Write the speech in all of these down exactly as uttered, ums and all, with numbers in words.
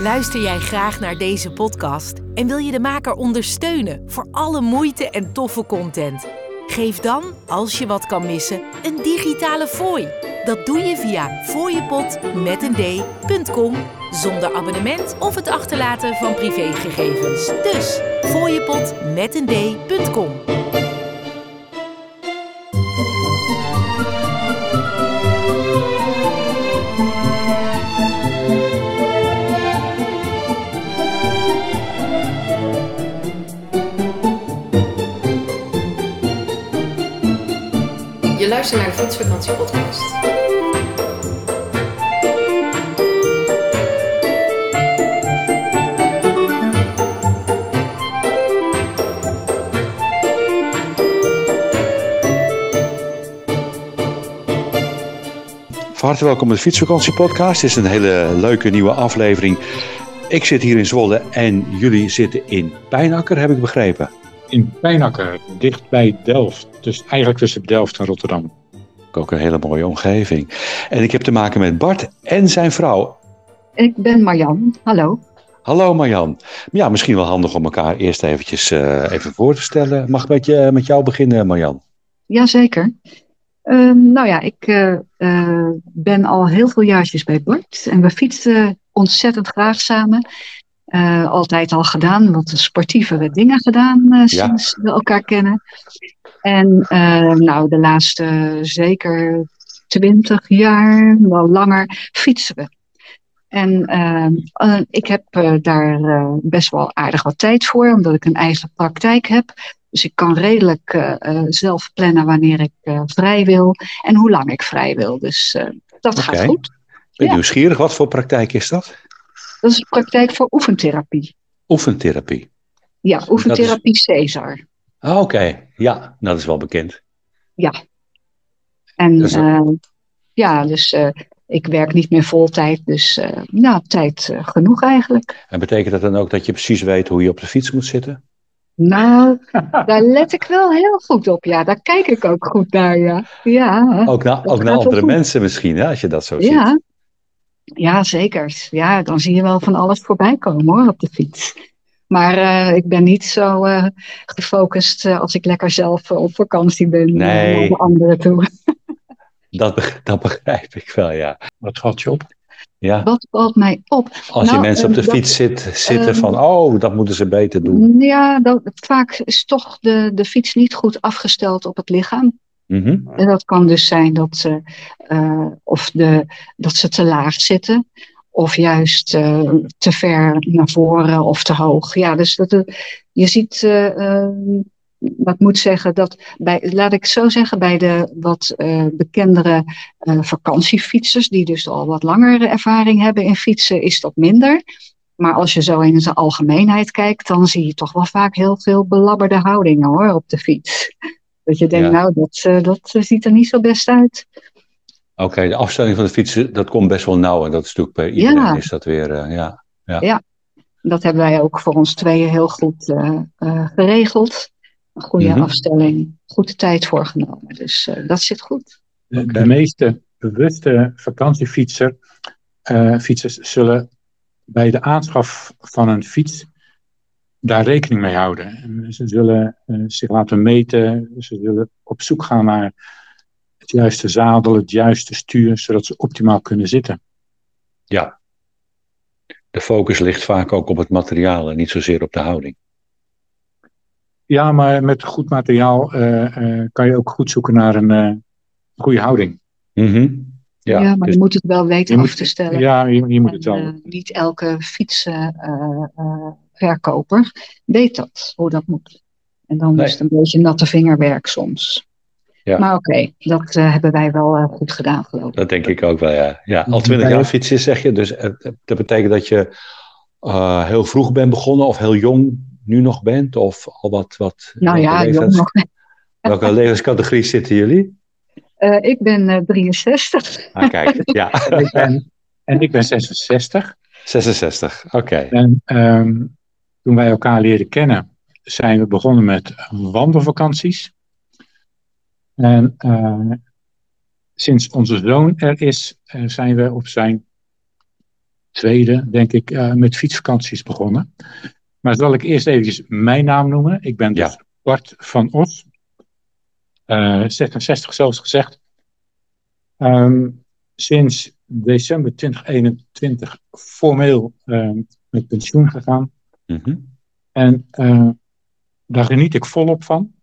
Luister jij graag naar deze podcast en wil je de maker ondersteunen voor alle moeite en toffe content? Geef dan, als je wat kan missen, een digitale fooi. Dat doe je via fooiepot met een d punt com zonder abonnement of het achterlaten van privégegevens. Dus fooiepot met een d punt com. Je luistert naar de Fietsvakantiepodcast. Van harte welkom bij de Fietsvakantiepodcast. Dit is een hele leuke nieuwe aflevering. Ik zit hier in Zwolle en jullie zitten in Pijnacker, heb ik begrepen. In Pijnacker, dicht bij Delft. Dus eigenlijk tussen Delft en Rotterdam. Ook een hele mooie omgeving. En ik heb te maken met Bart en zijn vrouw. Ik ben Marjan, hallo. Hallo Marjan. Ja, misschien wel handig om elkaar eerst eventjes uh, even voor te stellen. Mag ik met, je, met jou beginnen, Marjan? Jazeker. Uh, nou ja, ik uh, uh, ben al heel veel jaartjes bij Bart. En we fietsen ontzettend graag samen. Uh, altijd al gedaan, wat sportievere dingen gedaan uh, sinds ja. we elkaar kennen. En uh, nou, de laatste zeker twintig jaar, wel langer, fietsen we. En uh, uh, ik heb uh, daar uh, best wel aardig wat tijd voor, omdat ik een eigen praktijk heb. Dus ik kan redelijk uh, uh, zelf plannen wanneer ik uh, vrij wil en hoe lang ik vrij wil. Dus uh, dat okay. gaat goed. Ben je ja. nieuwsgierig? Wat voor praktijk is dat? Dat is een praktijk voor oefentherapie. Oefentherapie? Ja, oefentherapie is... Cesar. Ah, oké. Okay. Ja, dat is wel bekend. Ja. En dus, uh, ja, dus uh, ik werk niet meer vol tijd, dus uh, ja, tijd uh, genoeg eigenlijk. En betekent dat dan ook dat je precies weet hoe je op de fiets moet zitten? Nou, daar let ik wel heel goed op, ja. Daar kijk ik ook goed naar, ja. ja ook naar, ook naar andere mensen misschien, hè, als je dat zo ziet. Ja. Ja, zeker. Ja, dan zie je wel van alles voorbij komen hoor, op de fiets. Maar uh, ik ben niet zo uh, gefocust uh, als ik lekker zelf uh, op vakantie ben nee. uh, naar de anderen toe. dat, dat begrijp ik wel, ja. Wat valt je op? Ja. Wat valt mij op? Als nou, je mensen op de dat, fiets zit, zitten uh, van, oh, dat moeten ze beter doen. Ja, dat, vaak is toch de, de fiets niet goed afgesteld op het lichaam. Mm-hmm. En dat kan dus zijn dat ze, uh, of de, dat ze te laag zitten. Of juist uh, te ver naar voren of te hoog. Ja, dus dat, uh, je ziet, uh, uh, wat moet zeggen, dat bij, laat ik zo zeggen, bij de wat uh, bekendere uh, vakantiefietsers, die dus al wat langere ervaring hebben in fietsen, is dat minder. Maar als je zo in zijn algemeenheid kijkt, dan zie je toch wel vaak heel veel belabberde houdingen hoor, op de fiets. Dat je denkt, ja. nou, dat, uh, dat ziet er niet zo best uit. Oké, okay, de afstelling van de fiets, dat komt best wel nauw. En dat is natuurlijk bij iedereen ja. is dat weer, uh, ja, ja. Ja, dat hebben wij ook voor ons tweeën heel goed uh, uh, geregeld. Een goede mm-hmm. afstelling, goede tijd voorgenomen. Dus uh, dat zit goed. De, okay. de meeste bewuste vakantiefietser, uh, fietsers zullen bij de aanschaf van een fiets daar rekening mee houden. En ze zullen uh, zich laten meten, ze zullen op zoek gaan naar het juiste zadel, het juiste stuur, zodat ze optimaal kunnen zitten. Ja. De focus ligt vaak ook op het materiaal en niet zozeer op de houding. Ja, maar met goed materiaal uh, uh, kan je ook goed zoeken naar een uh, goede houding. Mm-hmm. Ja, ja, maar dus, je moet het wel weten af te stellen. Ja, je, je moet en, het wel. Uh, niet elke fietsverkoper uh, uh, weet dat, hoe dat moet. En dan nee. is het een beetje natte vingerwerk soms. Ja. Maar oké, okay, dat uh, hebben wij wel uh, goed gedaan, geloof ik. Dat denk ik ook wel, ja. ja al twintig jaar fietsen, zeg je. Dus uh, dat betekent dat je uh, heel vroeg bent begonnen of heel jong nu nog bent? Of al wat... wat nou ja, levens, jong nog. Welke levenscategorie zitten jullie? Uh, ik ben uh, drieënzestig. Ah, kijk, ja. en, ik ben, en ik ben zesenzestig. zesenzestig, oké. Okay. En um, toen wij elkaar leren kennen, zijn we begonnen met wandelvakanties. En uh, sinds onze zoon er is, uh, zijn we op zijn tweede, denk ik, uh, met fietsvakanties begonnen. Maar zal ik eerst eventjes mijn naam noemen. Ik ben dus Ja. Bart van Os. Uh, zesenzestig zelfs gezegd. Um, sinds december twintig eenentwintig formeel uh, met pensioen gegaan. Mm-hmm. En uh, daar geniet ik volop van.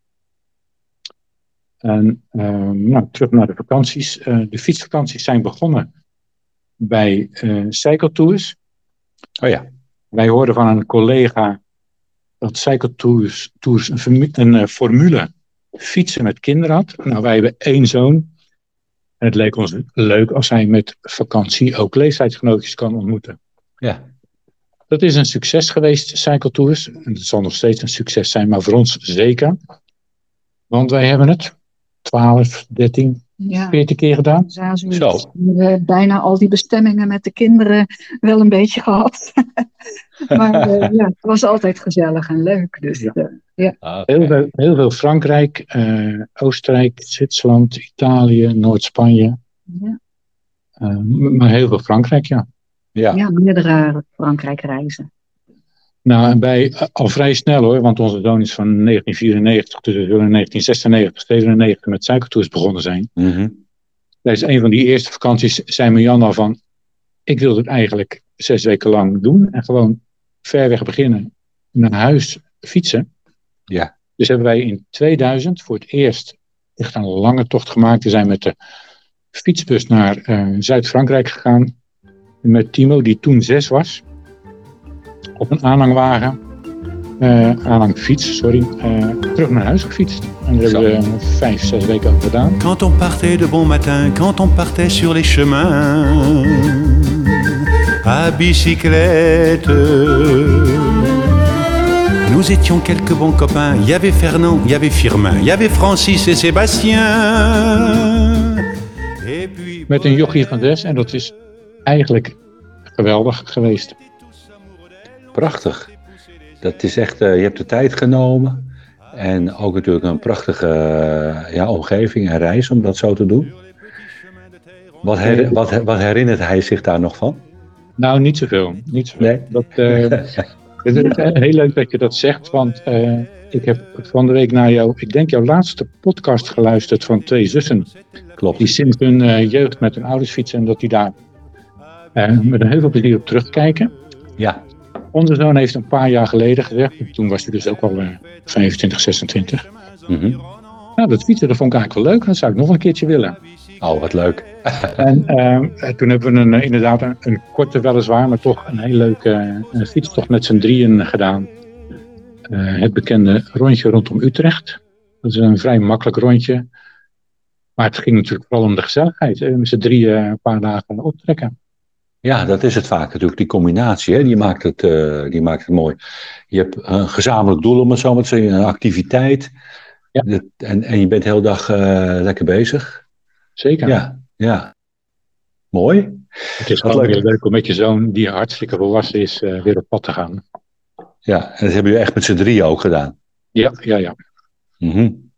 En uh, nou, terug naar de vakanties. Uh, de fietsvakanties zijn begonnen bij uh, cycletours. Oh ja. Wij hoorden van een collega dat cycletours tours een, formu- een uh, formule fietsen met kinderen had. Nou, wij hebben één zoon. En het leek ons leuk als hij met vakantie ook leeftijdsgenootjes kan ontmoeten. Ja. Dat is een succes geweest, cycletours. En het zal nog steeds een succes zijn, maar voor ons zeker. Want wij hebben het twaalf, dertien, Ja. veertien keer gedaan. Ja, zo. Zo. We hebben bijna al die bestemmingen met de kinderen wel een beetje gehad. maar uh, ja, het was altijd gezellig en leuk. Dus, Ja. uh, ja. Okay. Heel veel, heel veel Frankrijk, uh, Oostenrijk, Zwitserland, Italië, Noord-Spanje. Ja. Uh, maar heel veel Frankrijk, ja. Ja. ja, meerdere Frankrijk reizen. Nou, en bij, al vrij snel hoor, want onze zoon is van negentien vierennegentig, dus we zullen in negentien zesennegentig, zevenennegentig met cycletours begonnen zijn. Mm-hmm. Tijdens een van die eerste vakanties zei mijn Jan al van, ik wil het eigenlijk zes weken lang doen en gewoon ver weg beginnen, naar huis fietsen. Ja. Dus hebben wij in tweeduizend voor het eerst echt een lange tocht gemaakt. We zijn met de fietsbus naar uh, Zuid-Frankrijk gegaan, met Timo, die toen zes was. Op een aanhangwagen, uh, aanhangfiets, sorry, uh, terug naar huis gefietst. En daar hebben we uh, vijf, zes weken over gedaan. Quand on partait de bon matin, quand on partait sur les chemins, à bicyclette, nous étions quelques bons copains. Il y avait Fernand, il y avait Firmin, il y avait Francis et Sébastien. Et puis... Met een jochie van zes en dat is eigenlijk geweldig geweest. Prachtig. Dat is echt, uh, je hebt de tijd genomen. En ook natuurlijk een prachtige uh, ja, omgeving en reis om dat zo te doen. Wat, her, wat, wat herinnert hij zich daar nog van? Nou, niet zoveel. Niet zoveel. Nee. Dat, uh, het is heel leuk dat je dat zegt, want uh, ik heb van de week naar jou, ik denk jouw laatste podcast geluisterd van twee zussen. Klopt. Die sinds hun uh, jeugd met hun ouders fietsen en dat die daar uh, met een heel veel plezier op terugkijken. Ja. Onze zoon heeft een paar jaar geleden gezegd, toen was hij dus ook al uh, vijfentwintig, zesentwintig. Mm-hmm. Nou, dat fietsen, dat vond ik eigenlijk wel leuk. Dat zou ik nog een keertje willen. Oh, wat leuk. En uh, toen hebben we een, uh, inderdaad een, een korte weliswaar, maar toch een heel leuke uh, fietstocht met z'n drieën gedaan. Uh, het bekende rondje rondom Utrecht. Dat is een vrij makkelijk rondje. Maar het ging natuurlijk vooral om de gezelligheid. Hè? Met z'n drieën een paar dagen optrekken. Ja, dat is het vaak natuurlijk. Die combinatie, hè? Die, maakt het, uh, die maakt het mooi. Je hebt een gezamenlijk doel, om het zo maar te zeggen, een activiteit. Ja. De, en, en je bent de hele dag uh, lekker bezig. Zeker. Ja, ja. Mooi. Het is gewoon weer leuk om met je zoon, die hartstikke volwassen is, uh, weer op pad te gaan. Ja, en dat hebben jullie echt met z'n drieën ook gedaan. Ja, ja, ja. Mm-hmm.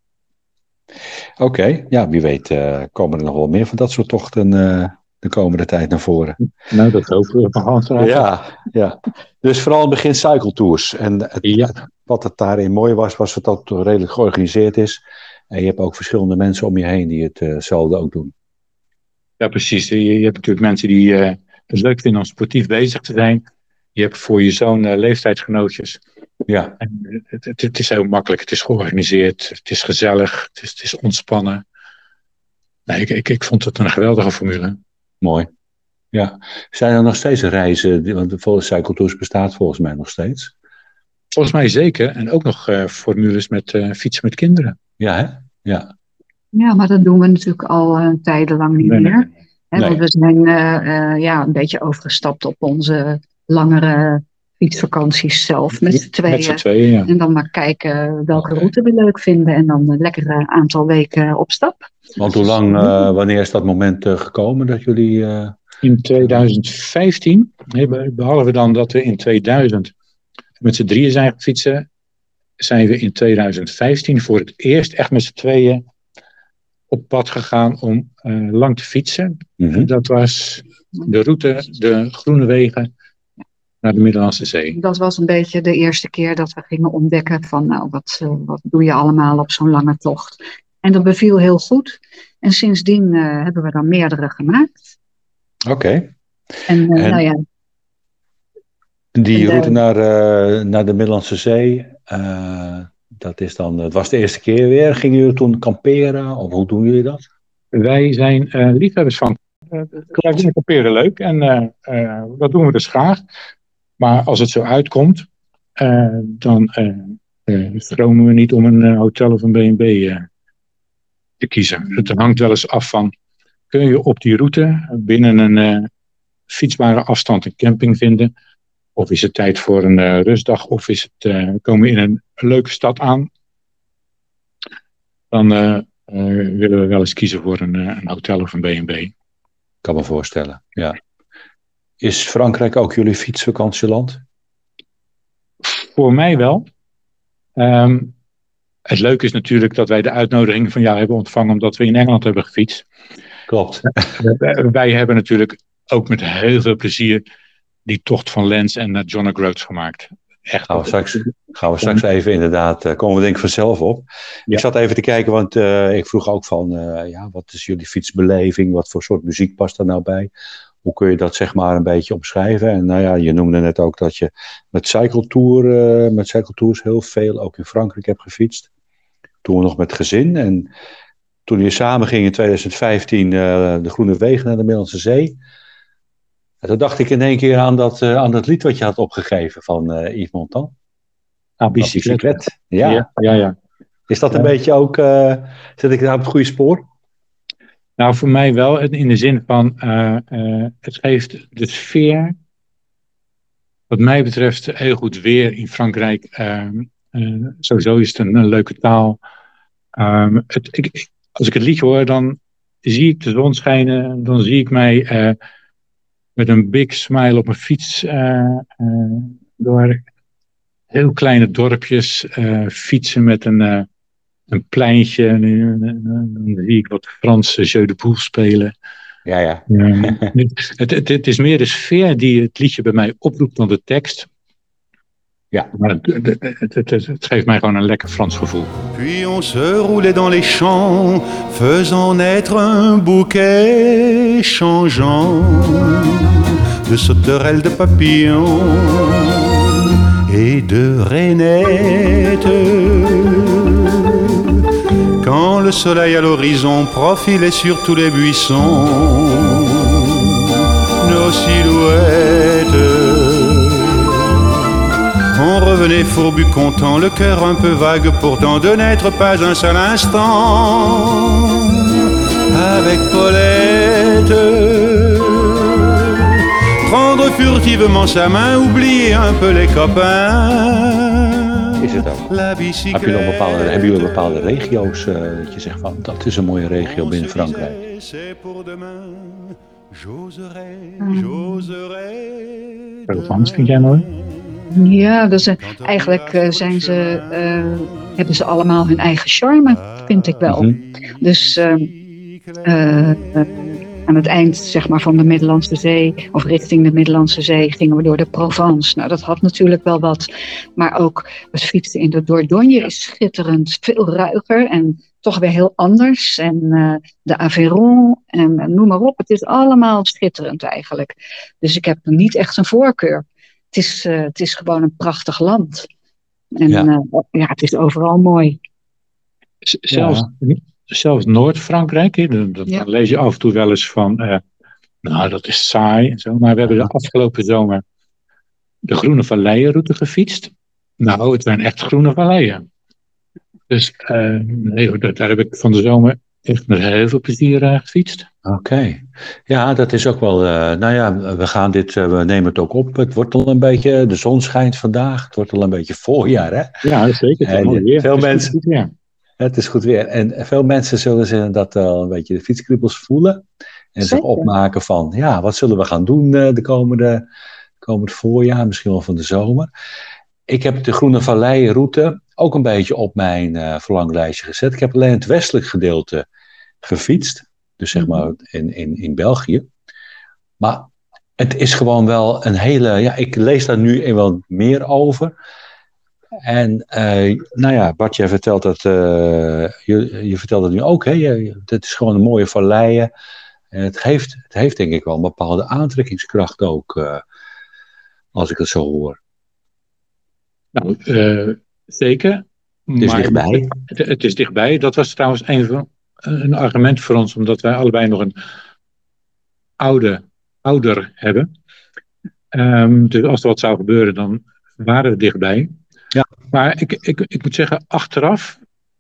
Oké, okay. Ja, wie weet uh, komen er nog wel meer van dat soort tochten uh, de komende tijd naar voren. Nou, dat hopen we van Hans. Ja, ja. Dus vooral in het begin cycletours. En het, ja. wat het daarin mooi was, was dat het redelijk georganiseerd is. En je hebt ook verschillende mensen om je heen die hetzelfde uh, ook doen. Ja, precies. Je, je hebt natuurlijk mensen die uh, het leuk vinden om sportief bezig te zijn. Je hebt voor je zoon uh, leeftijdsgenootjes. Ja. En het, het, het is heel makkelijk. Het is georganiseerd. Het is gezellig. Het is, het is ontspannen. Nee, ik, ik, ik vond het een geweldige formule. Mooi. Ja. Zijn er nog steeds reizen? Want de cycletours bestaat volgens mij nog steeds. Volgens mij zeker. En ook nog uh, formules met uh, fietsen met kinderen. Ja, hè? Ja. Ja, maar dat doen we natuurlijk al uh, tijdenlang niet nee, meer. Nee. Hè, nee. Want we zijn uh, uh, ja, een beetje overgestapt op onze langere fietsvakanties zelf met z'n tweeën. Met z'n tweeën, ja. En dan maar kijken welke okay. route we leuk vinden. En dan een lekker aantal weken op stap. Want hoe lang, uh, wanneer is dat moment uh, gekomen dat jullie... Uh... In twintig vijftien, behalve dan dat we in tweeduizend met z'n drieën zijn fietsen, zijn we in twintig vijftien voor het eerst echt met z'n tweeën op pad gegaan om uh, lang te fietsen. Mm-hmm. Dat was de route, de groene wegen naar de Middellandse Zee. Dat was een beetje de eerste keer dat we gingen ontdekken van nou, wat, uh, wat doe je allemaal op zo'n lange tocht. En dat beviel heel goed. En sindsdien uh, hebben we er meerdere gemaakt. Oké. Okay. En, uh, en nou ja. Die route naar, uh, naar de Middellandse Zee, uh, dat is dan, het was de eerste keer weer. Gingen jullie toen kamperen of hoe doen jullie dat? Wij zijn uh, liefhebbers van uh, wij vinden kamperen leuk en uh, uh, dat doen we dus graag. Maar als het zo uitkomt, uh, dan uh, uh, stromen we niet om een uh, hotel of een B en B uh, te kiezen. Het hangt wel eens af van, kun je op die route binnen een uh, fietsbare afstand een camping vinden? Of is het tijd voor een uh, rustdag? Of is het, uh, komen we in een leuke stad aan? Dan uh, uh, willen we wel eens kiezen voor een, uh, een hotel of een B en B. Kan me voorstellen, ja. Is Frankrijk ook jullie fietsvakantieland? Voor mij wel. Um, het leuke is natuurlijk dat wij de uitnodiging van jou hebben ontvangen omdat we in Engeland hebben gefietst. Klopt. Wij hebben natuurlijk ook met heel veel plezier die tocht van Lens en uh, John O'Groats gemaakt. Echt. Gaan we straks, gaan we straks even inderdaad, uh, komen we denk ik vanzelf op. Ja. Ik zat even te kijken, want uh, ik vroeg ook van, uh, ja, wat is jullie fietsbeleving? Wat voor soort muziek past er nou bij? Hoe kun je dat zeg maar een beetje omschrijven? En nou ja, je noemde net ook dat je met cycletour, uh, met cycletours heel veel ook in Frankrijk hebt gefietst. Toen we nog met gezin. En toen je samen ging in twintig vijftien uh, de Groene Wegen naar de Middellandse Zee. En toen dacht ik in één keer aan dat, uh, aan dat lied wat je had opgegeven van uh, Yves Montand. Ah, bicyclette. Ja. Ja, ja, ja. Is dat ja. een beetje ook, uh, zit ik daar op het goede spoor? Nou, voor mij wel in de zin van, uh, uh, het geeft de sfeer, wat mij betreft, heel goed weer in Frankrijk. Uh, uh, sowieso is het een, een leuke taal. Um, het, ik, als ik het liedje hoor, dan zie ik de zon schijnen, dan zie ik mij uh, met een big smile op mijn fiets uh, uh, door heel kleine dorpjes uh, fietsen met een... Uh, Een pleintje, en dan zie ik wat Franse jeu de boule spelen. Ja, ja. Um, het, het, het is meer de sfeer die het liedje bij mij oproept dan de tekst. Ja. Maar het, het, het, het, het geeft mij gewoon een lekker Frans gevoel. Puis on se roulait dans les champs, faisant naître un bouquet changeant de sauterelles, de papillons et de rainettes. Quand le soleil à l'horizon profilait sur tous les buissons nos silhouettes, on revenait fourbu content, le cœur un peu vague pourtant de n'être pas un seul instant avec Paulette. Prendre furtivement sa main, oublier un peu les copains. Is het ook. Heb je nog bepaalde, hebben jullie bepaalde regio's uh, dat je zegt van dat is een mooie regio binnen Frankrijk? Wat vind jij mooi? Ja, dus, uh, eigenlijk uh, zijn ze, uh, hebben ze allemaal hun eigen charme, vind ik wel. Mm-hmm. Dus uh, uh, uh, aan het eind zeg maar, van de Middellandse Zee, of richting de Middellandse Zee, gingen we door de Provence. Nou, dat had natuurlijk wel wat. Maar ook het fietsen in de Dordogne is schitterend, veel ruiger en toch weer heel anders. En uh, de Aveyron en uh, noem maar op. Het is allemaal schitterend eigenlijk. Dus ik heb niet echt een voorkeur. Het is, uh, het is gewoon een prachtig land. En ja, uh, ja het is overal mooi. Z- zelfs... Ja. Zelfs Noord-Frankrijk, he, dan, dan ja. lees je af en toe wel eens van, uh, nou dat is saai en zo. Maar we hebben de afgelopen zomer de Groene Valleienroute gefietst. Nou, het zijn echt groene valleien. Dus uh, nee, daar heb ik van de zomer echt met heel veel plezier uh, gefietst. Oké. Okay. Ja, dat is ook wel, uh, nou ja, we gaan dit, uh, we nemen het ook op. Het wordt al een beetje, de zon schijnt vandaag. Het wordt al een beetje voorjaar, hè? Ja, zeker. Het en, weer. Veel het mensen... Goed, ja. Het is goed weer. En veel mensen zullen zich dat al een beetje de fietskriebels voelen. En zich opmaken van, ja, wat zullen we gaan doen de komende, komend voorjaar, misschien wel van de zomer. Ik heb de Groene Valleienroute ook een beetje op mijn uh, verlanglijstje gezet. Ik heb alleen het westelijk gedeelte gefietst. Dus zeg maar in, in, in België. Maar het is gewoon wel een hele... Ja, ik lees daar nu wel meer over. En uh, nou ja, Bart, jij vertelt dat... Uh, je, je vertelt het nu ook, hè? Je, het is gewoon een mooie valleien. En het heeft, het heeft denk ik wel een bepaalde aantrekkingskracht ook. Uh, als ik het zo hoor. Nou, uh, zeker. Het is maar dichtbij. Het, het is dichtbij. Dat was trouwens een, van, een argument voor ons, omdat wij allebei nog een oude ouder hebben. Um, dus als er wat zou gebeuren, dan waren we dichtbij. Ja. Maar ik, ik, ik moet zeggen, achteraf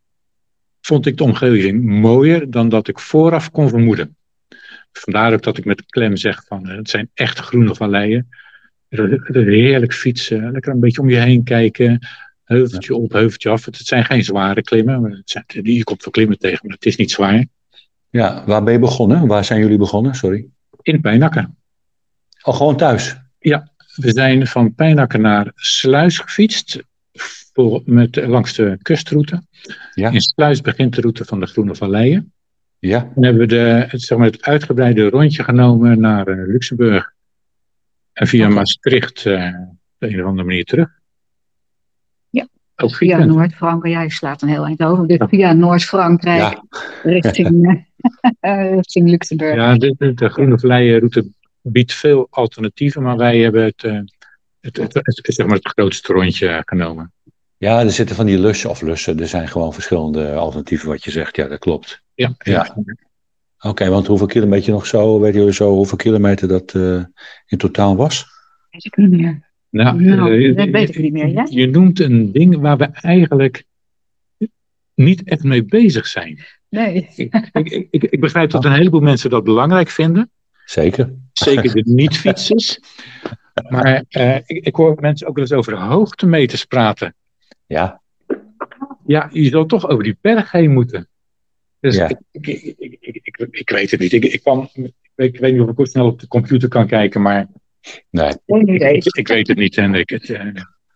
vond ik de omgeving mooier dan dat ik vooraf kon vermoeden. Vandaar ook dat ik met klem zeg van het zijn echt groene valleien. Heerlijk fietsen, lekker een beetje om je heen kijken. Heuveltje op, heuveltje af. Het zijn geen zware klimmen. Maar het zijn, je komt wel klimmen tegen, maar het is niet zwaar. Ja, waar ben je begonnen? Waar zijn jullie begonnen? Sorry. In Pijnacker. Oh, gewoon thuis? Ja, we zijn van Pijnacker naar Sluis gefietst. Voor, met, langs de kustroute. Ja. In Sluis begint de route van de Groene Valleien. Ja. Dan hebben we de, het, zeg maar, het uitgebreide rondje genomen naar uh, Luxemburg. En via okay. Maastricht uh, op de een of andere manier terug. Ja, ook via Noord-Frankrijk. Jij slaat een heel eind over. Dus via Noord-Frankrijk ja. richting, uh, richting Luxemburg. Ja, de, de, de Groene Valleienroute biedt veel alternatieven. Maar wij hebben het, uh, het, het, het, het, zeg maar het grootste rondje genomen. Ja, er zitten van die lussen of lussen. Er zijn gewoon verschillende alternatieven wat je zegt. Ja, dat klopt. Ja. ja. ja. Oké, okay, want hoeveel kilometer nog zo, weet jullie zo hoeveel kilometer dat uh, in totaal was? Weet ik niet meer. Nou, nou uh, dat weet ik niet meer, ja? Je noemt een ding waar we eigenlijk niet echt mee bezig zijn. Nee. Ik, ik, ik, ik begrijp dat een heleboel mensen dat belangrijk vinden. Zeker. Zeker de niet-fietsers. Maar uh, ik, ik hoor mensen ook wel eens over hoogtemeters praten. Ja. Ja, je zal toch over die berg heen moeten. Dus ja. ik, ik, ik, ik, ik, ik, ik weet het niet. Ik, ik, kan, ik, ik weet niet of ik ook snel op de computer kan kijken, maar nee. ik, ik, ik weet het niet. Hendrik. Het, uh...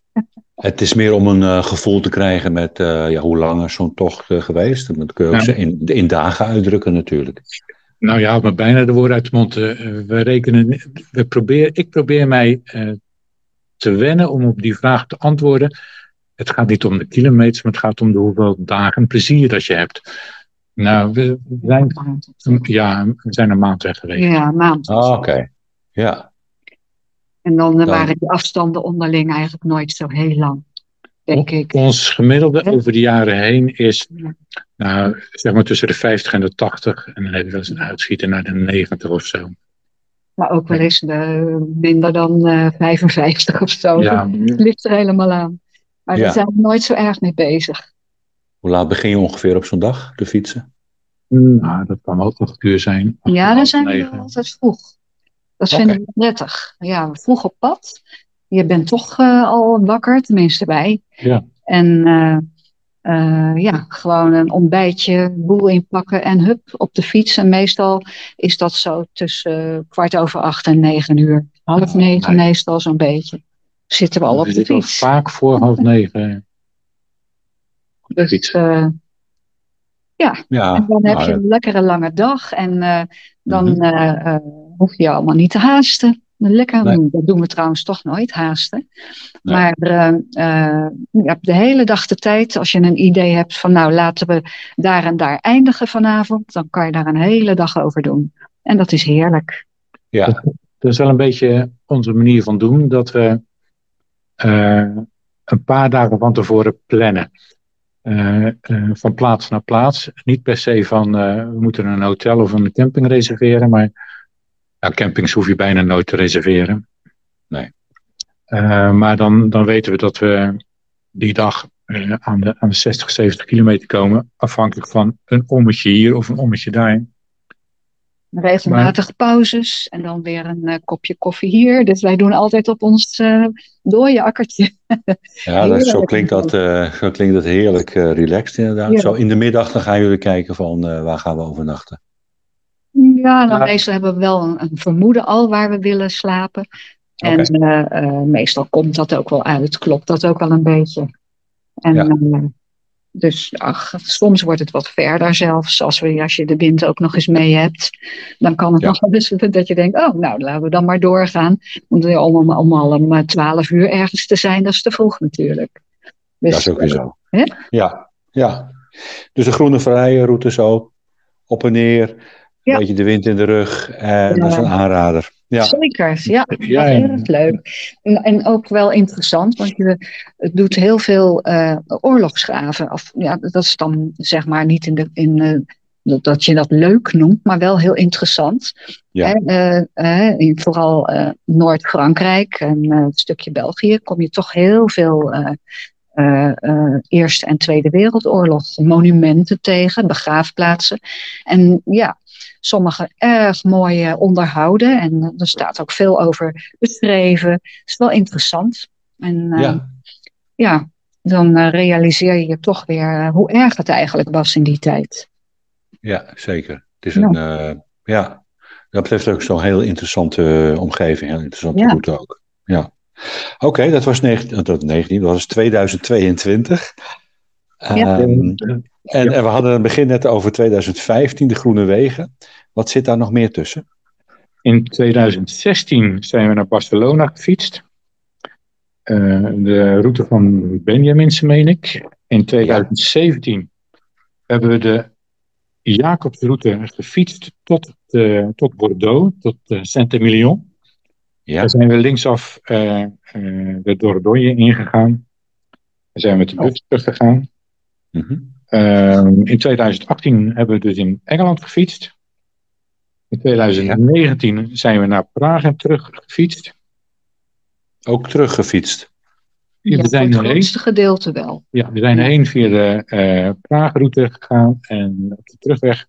het is meer om een uh, gevoel te krijgen met uh, ja, hoe lang is zo'n tocht uh, geweest. Dat kun je ook nou, in, in dagen uitdrukken natuurlijk. Nou ja, maar bijna de woorden uit de mond. Uh, we rekenen, we probeer, ik probeer mij uh, te wennen om op die vraag te antwoorden. Het gaat niet om de kilometers, maar het gaat om de hoeveel dagen plezier dat je hebt. Nou, we zijn, ja, we zijn een maand weg geweest. Ja, een maand. Oh, oké. Okay. Ja. En dan, dan waren die afstanden onderling eigenlijk nooit zo heel lang, denk ik. Ons gemiddelde over de jaren heen is, nou, zeg maar tussen de vijftig en de tachtig. En dan heb je wel eens een uitschieten naar de negentig of zo. Maar ook wel eens uh, minder dan uh, vijfenvijftig of zo. Ja. Het ligt er helemaal aan. Maar ja. Daar zijn we nooit zo erg mee bezig. Hoe laat begin je ongeveer op zo'n dag te fietsen? Nou, dat kan ook acht uur zijn. Ja, dan zijn we altijd vroeg. Dat okay. vinden we prettig. Ja, vroeg op pad. Je bent toch uh, al wakker, tenminste wij. Ja. En uh, uh, ja, gewoon een ontbijtje, boel inpakken en hup, op de fiets. En meestal is dat zo tussen uh, kwart over acht en negen uur. Half negen nee. meestal zo'n beetje. Zitten we al we op de fiets. Vaak voor half negen. Dus uh, ja. ja, en dan heb nou, je een lekkere lange dag. En uh, dan mm-hmm. uh, uh, hoef je allemaal niet te haasten. Lekker, nee. Dat doen we trouwens toch nooit, haasten. Nee. Maar uh, uh, je hebt de hele dag de tijd. Als je een idee hebt van nou laten we daar en daar eindigen vanavond. Dan kan je daar een hele dag over doen. En dat is heerlijk. Ja. Dat is wel een beetje onze manier van doen. Dat we uh, een paar dagen van tevoren plannen. Uh, uh, van plaats naar plaats. Niet per se van uh, we moeten een hotel of een camping reserveren. Maar ja, campings hoef je bijna nooit te reserveren. Nee. Uh, maar dan, dan weten we dat we die dag uh, aan, de, aan de zestig, zeventig kilometer komen. Afhankelijk van een ommetje hier of een ommetje daar. Regelmatig maar, pauzes en dan weer een uh, kopje koffie hier. Dus wij doen altijd op ons uh, dooie akkertje. Ja, dat, zo, klinkt dat, uh, zo klinkt dat heerlijk uh, relaxed inderdaad. Ja. Zo in de middag dan gaan jullie kijken van uh, waar gaan we overnachten. Ja, dan ja. meestal hebben we wel een, een vermoeden al waar we willen slapen. En okay. uh, uh, meestal komt dat ook wel uit. Klopt dat ook wel een beetje. En ja. uh, Dus ach, soms wordt het wat verder zelfs. Als, we, als je de wind ook nog eens mee hebt. Dan kan het Ja. nog wel eens dat je denkt. Oh, nou laten we dan maar doorgaan. Want om, om, om al om twaalf uur ergens te zijn. Dat is te vroeg natuurlijk. Dus, Dat is ook weer zo. Hè? Ja, ja. Dus de groene vrije route zo. Op en neer. Een Ja. beetje de wind in de rug. En Ja. dat is een aanrader. Ja. Zeker, ja. Dat is Ja, ja. erg leuk. En, en ook wel interessant, want je het doet heel veel eh, oorlogsgraven. Of, ja, dat is dan zeg maar niet in de, in, eh, dat, dat je dat leuk noemt, maar wel heel interessant. Ja. Hè, eh, eh, in vooral eh, Noord-Frankrijk en eh, een stukje België kom je toch heel veel eh, eh, eh, Eerste en Tweede Wereldoorlog monumenten tegen, begraafplaatsen. En ja, sommige erg mooi eh, onderhouden. En eh, er staat ook veel over beschreven. Het is wel interessant. En eh, ja. Ja. dan eh, realiseer je je toch weer eh, hoe erg het eigenlijk was in die tijd. Ja, zeker. Het is Ja. een, uh, ja, dat betreft ook zo'n heel interessante uh, omgeving, heel interessante Ja. route ook. Ja. Oké, okay, dat was negentien, dat negentien, dat was tweeduizend tweeëntwintig. Ja. Um, en, en we hadden het begin net over tweeduizend vijftien, de Groene Wegen. Wat zit daar nog meer tussen? In tweeduizend zestien zijn we naar Barcelona gefietst. Uh, de route van Benjamins, meen ik. In tweeduizend zeventien ja. hebben we de Jacobsroute gefietst tot, uh, tot Bordeaux, tot uh, Saint-Emilion. Ja. Daar zijn we linksaf uh, uh, de Dordogne ingegaan. Daar zijn we met de bus oh. teruggegaan. Mm-hmm. Uh, in tweeduizend achttien hebben we dus in Engeland gefietst. In tweeduizend negentien ja. zijn we naar Praag en terug gefietst. Ook teruggefietst? Ja, we zijn voor het grootste gedeelte wel. Ja, we zijn ja. heen via de uh, Praagroute gegaan. En op de terugweg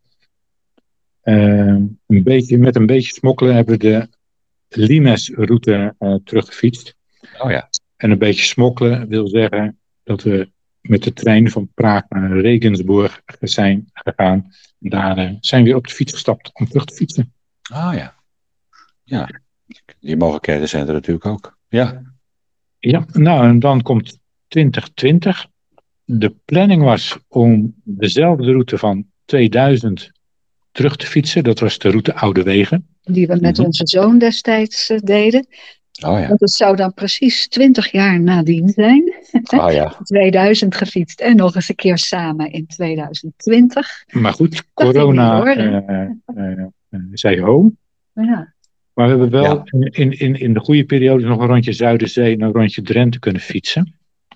uh, een beetje, met een beetje smokkelen hebben we de Limes-route uh, teruggefietst. Oh ja. En een beetje smokkelen wil zeggen dat we met de trein van Praag naar Regensburg zijn gegaan. En daar uh, zijn we weer op de fiets gestapt om terug te fietsen. Ah ja. Ja, die mogelijkheden zijn er natuurlijk ook. Ja. Ja, nou en dan komt twintig twintig. De planning was om dezelfde route van tweeduizend terug te fietsen. Dat was de route Oude Wegen. Die we met mm-hmm. onze zoon destijds uh, deden. Oh ja. Want het zou dan precies twintig jaar nadien zijn. Oh ja. tweeduizend gefietst en nog eens een keer samen in tweeduizend twintig. Maar goed, corona uh, uh, uh, zei ho. Ja. Maar we hebben wel ja. in, in, in de goede periode nog een rondje Zuiderzee en een rondje Drenthe kunnen fietsen.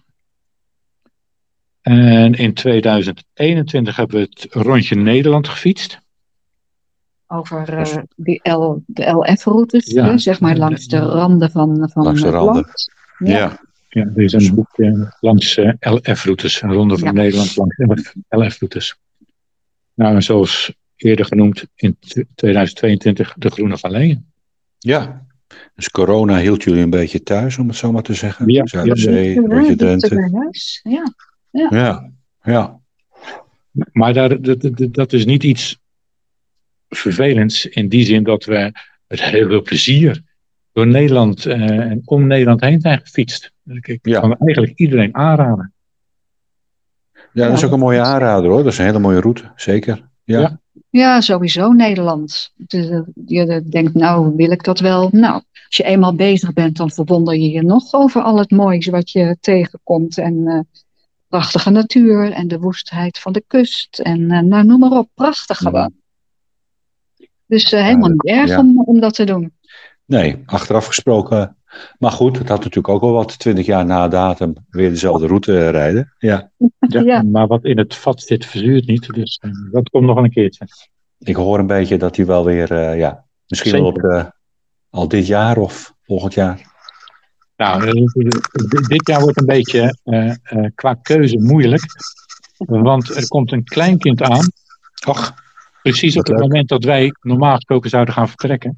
En in tweeduizend eenentwintig hebben we het rondje Nederland gefietst. Over uh, die L, de L F-routes, ja. zeg maar langs de randen van, van langs de het randen. land. Ja. ja. Ja, er is een boek uh, langs uh, L F-routes, Ronde van ja. Nederland langs L F-routes. Nou, en zoals eerder genoemd, in tweeduizend tweeëntwintig de Groene Valleien. Ja, dus corona hield jullie een beetje thuis, om het zo maar te zeggen. Ja, Zuiderzee, ja, rondje Drenthe. Ja, ja. ja, ja. Maar daar, dat, dat, dat is niet iets vervelends in die zin dat we met heel veel plezier door Nederland uh, en om Nederland heen zijn gefietst. Ik ja. kan eigenlijk iedereen aanraden. Ja, dat is ook een mooie aanrader hoor. Dat is een hele mooie route, zeker. Ja, ja. ja sowieso Nederland. Dus, je denkt, nou wil ik dat wel. Nou, als je eenmaal bezig bent, dan verwonder je je nog over al het moois wat je tegenkomt. En uh, prachtige natuur en de woestheid van de kust. En uh, nou, noem maar op, prachtig gewoon. Ja. Dus uh, helemaal niet erg ja. om, om dat te doen. Nee, achteraf gesproken. Maar goed, het had natuurlijk ook al wat twintig jaar na datum weer dezelfde route rijden. Ja. Ja, ja. Maar wat in het vat zit, verzuurt niet. Dus uh, dat komt nog een keertje. Ik hoor een beetje dat hij wel weer, uh, ja, misschien Zeker. wel op de, al dit jaar of volgend jaar. Nou, dit jaar wordt een beetje uh, uh, qua keuze moeilijk. Want er komt een kleinkind aan. Och, precies op het leuk. moment dat wij normaal gesproken zouden gaan vertrekken.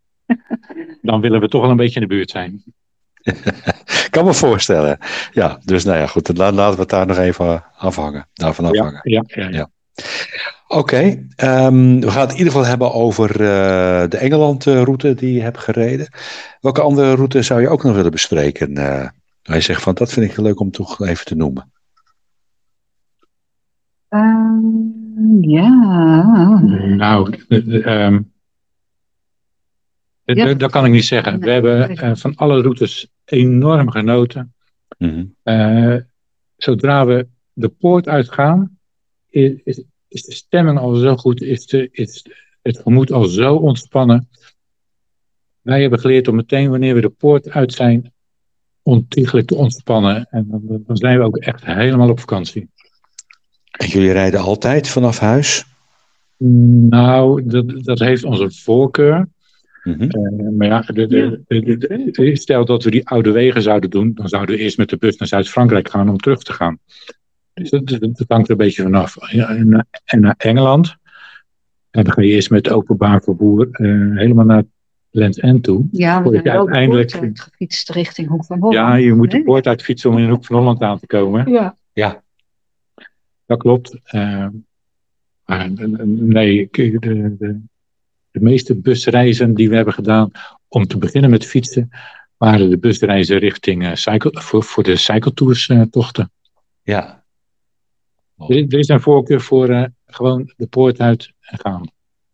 Dan willen we toch wel een beetje in de buurt zijn. Ik kan me voorstellen. Ja, dus nou ja, goed. Laten we het daar nog even afhangen. Daarvan afhangen. Ja, ja, ja, ja. Oké. Okay, um, we gaan het in ieder geval hebben over uh, de Engeland-route die je hebt gereden. Welke andere route zou je ook nog willen bespreken? Uh, hij zegt van, dat vind ik leuk om toch even te noemen. Uh, ja. Nou, um, ja. dat, dat kan ik niet zeggen. Nee, we hebben uh, van alle routes enorm genoten. Mm-hmm. Uh, zodra we de poort uitgaan, is, is, is de stemming al zo goed, is, de, is het gemoed al zo ontspannen. Wij hebben geleerd om meteen, wanneer we de poort uit zijn, ontiegelijk te ontspannen. En dan, dan zijn we ook echt helemaal op vakantie. En jullie rijden altijd vanaf huis? Nou, dat, dat heeft onze voorkeur. Mm-hmm. Uh, maar ja, de, de, de, de, de, stel dat we die oude wegen zouden doen, dan zouden we eerst met de bus naar Zuid-Frankrijk gaan om terug te gaan. Dus dat, dat, dat hangt er een beetje vanaf. En, en naar Engeland, en dan ga je eerst met openbaar vervoer uh, helemaal naar Land's End toe. Ja, we zijn ook uiteindelijk de poort uitgefietst richting Hoek van Holland. Ja, je moet de poort uitfietsen om in de Hoek van Holland aan te komen. Ja, ja. Dat klopt. Uh, maar nee, de, de, de meeste busreizen die we hebben gedaan, om te beginnen met fietsen, waren de busreizen richting uh, cycle, voor, voor de cycletours uh, tochten. Ja. Oh. Er, er is een voorkeur voor uh, gewoon de poort uit en gaan.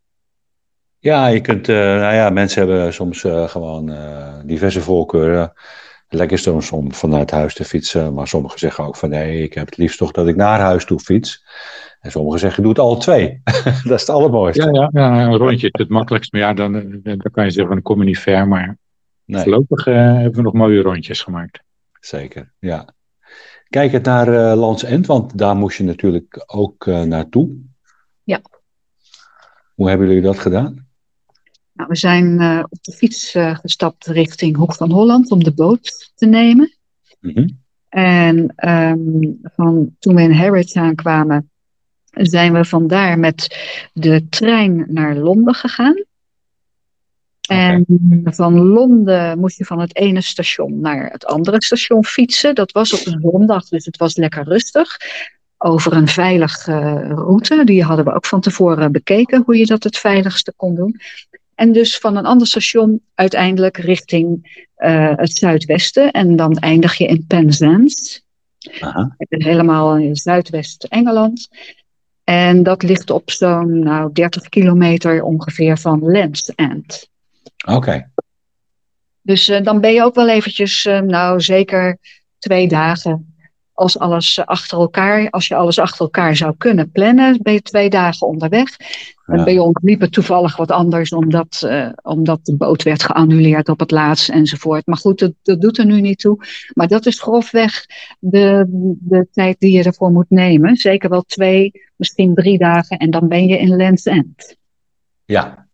Ja, je kunt, uh, nou ja, mensen hebben soms uh, gewoon uh, diverse voorkeuren. Lekker is het om vanuit huis te fietsen, maar sommigen zeggen ook van nee, ik heb het liefst toch dat ik naar huis toe fiets. En sommigen zeggen, doe het alle twee. Dat is het allermooiste. Ja, ja, ja, een rondje is het makkelijkst. Maar ja, dan, dan kan je zeggen, dan kom je niet ver. Maar nee. Voorlopig uh, hebben we nog mooie rondjes gemaakt. Zeker, ja. Kijk het naar uh, Land's End, want daar moest je natuurlijk ook uh, naartoe. Ja. Hoe hebben jullie dat gedaan? Nou, we zijn uh, op de fiets uh, gestapt richting Hoek van Holland om de boot te nemen. Mm-hmm. En um, van, toen we in Harwich aankwamen, zijn we vandaar met de trein naar Londen gegaan. Okay. En van Londen moest je van het ene station naar het andere station fietsen. Dat was op een zondag, dus het was lekker rustig. Over een veilige uh, route. Die hadden we ook van tevoren bekeken, hoe je dat het veiligste kon doen. En dus van een ander station uiteindelijk richting uh, het zuidwesten. En dan eindig je in Penzance. Aha. Helemaal in Zuidwest-Engeland. En dat ligt op zo'n nou, dertig kilometer ongeveer van Land's End. Oké. Okay. Dus uh, dan ben je ook wel eventjes, uh, nou zeker twee dagen. Als alles uh, achter elkaar, als je alles achter elkaar zou kunnen plannen, ben je twee dagen onderweg. Ja. En bij ons liep het toevallig wat anders, omdat, uh, omdat de boot werd geannuleerd op het laatst enzovoort. Maar goed, dat, dat doet er nu niet toe. Maar dat is grofweg de, de tijd die je ervoor moet nemen. Zeker wel twee, misschien drie dagen en dan ben je in Land's End. Ja.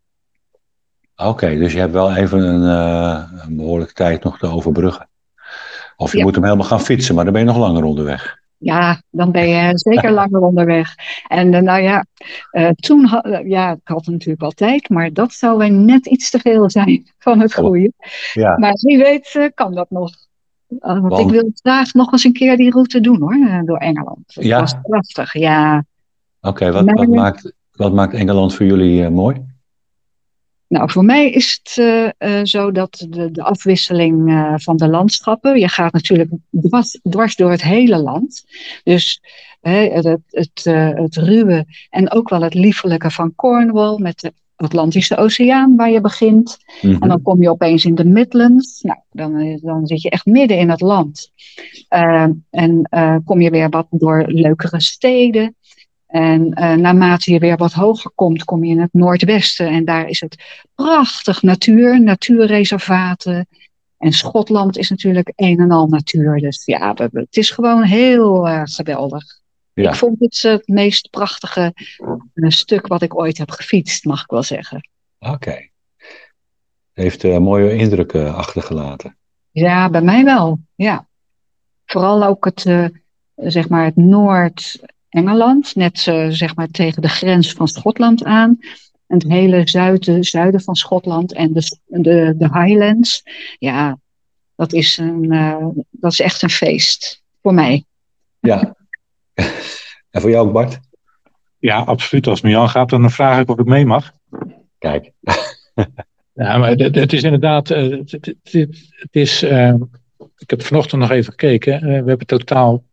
Oké, okay, dus je hebt wel even een, uh, een behoorlijke tijd nog te overbruggen. Of je ja. moet hem helemaal gaan fietsen, maar dan ben je nog langer onderweg. Ja, dan ben je zeker langer onderweg. En uh, nou ja, uh, toen had uh, ja, ik had natuurlijk wel tijd, maar dat zou weer net iets te veel zijn van het goede. Ja. Maar wie weet uh, kan dat nog. Uh, want, want ik wil graag nog eens een keer die route doen hoor, uh, door Engeland. Het ja. was prachtig, ja. Oké, okay, wat, wat, maakt, wat maakt Engeland voor jullie uh, mooi? Nou, voor mij is het uh, uh, zo dat de, de afwisseling uh, van de landschappen, je gaat natuurlijk dwars, dwars door het hele land. Dus uh, het, het, uh, het ruwe en ook wel het liefelijke van Cornwall met de Atlantische Oceaan waar je begint. Mm-hmm. En dan kom je opeens in de Midlands. Nou, dan, dan zit je echt midden in het land. Uh, en uh, kom je weer wat door leukere steden. En uh, naarmate je weer wat hoger komt, kom je in het noordwesten. En daar is het prachtig natuur, natuurreservaten. En Schotland is natuurlijk een en al natuur. Dus ja, het is gewoon heel uh, geweldig. Ja. Ik vond het uh, het meest prachtige uh, stuk wat ik ooit heb gefietst, mag ik wel zeggen. Oké. Okay. Heeft uh, mooie indrukken achtergelaten. Ja, bij mij wel. Ja. Vooral ook het, uh, zeg maar het Noord... Engeland, net uh, zeg maar tegen de grens van Schotland aan. En het hele zuiden, zuiden van Schotland en de, de, de Highlands. Ja, dat is, een, uh, dat is echt een feest voor mij. Ja. En voor jou ook, Bart? Ja, absoluut. Als Mian gaat, dan vraag ik of ik mee mag. Kijk. Ja, maar het, het is inderdaad... Uh, het, het, het is, uh, ik heb vanochtend nog even gekeken. Uh, we hebben totaal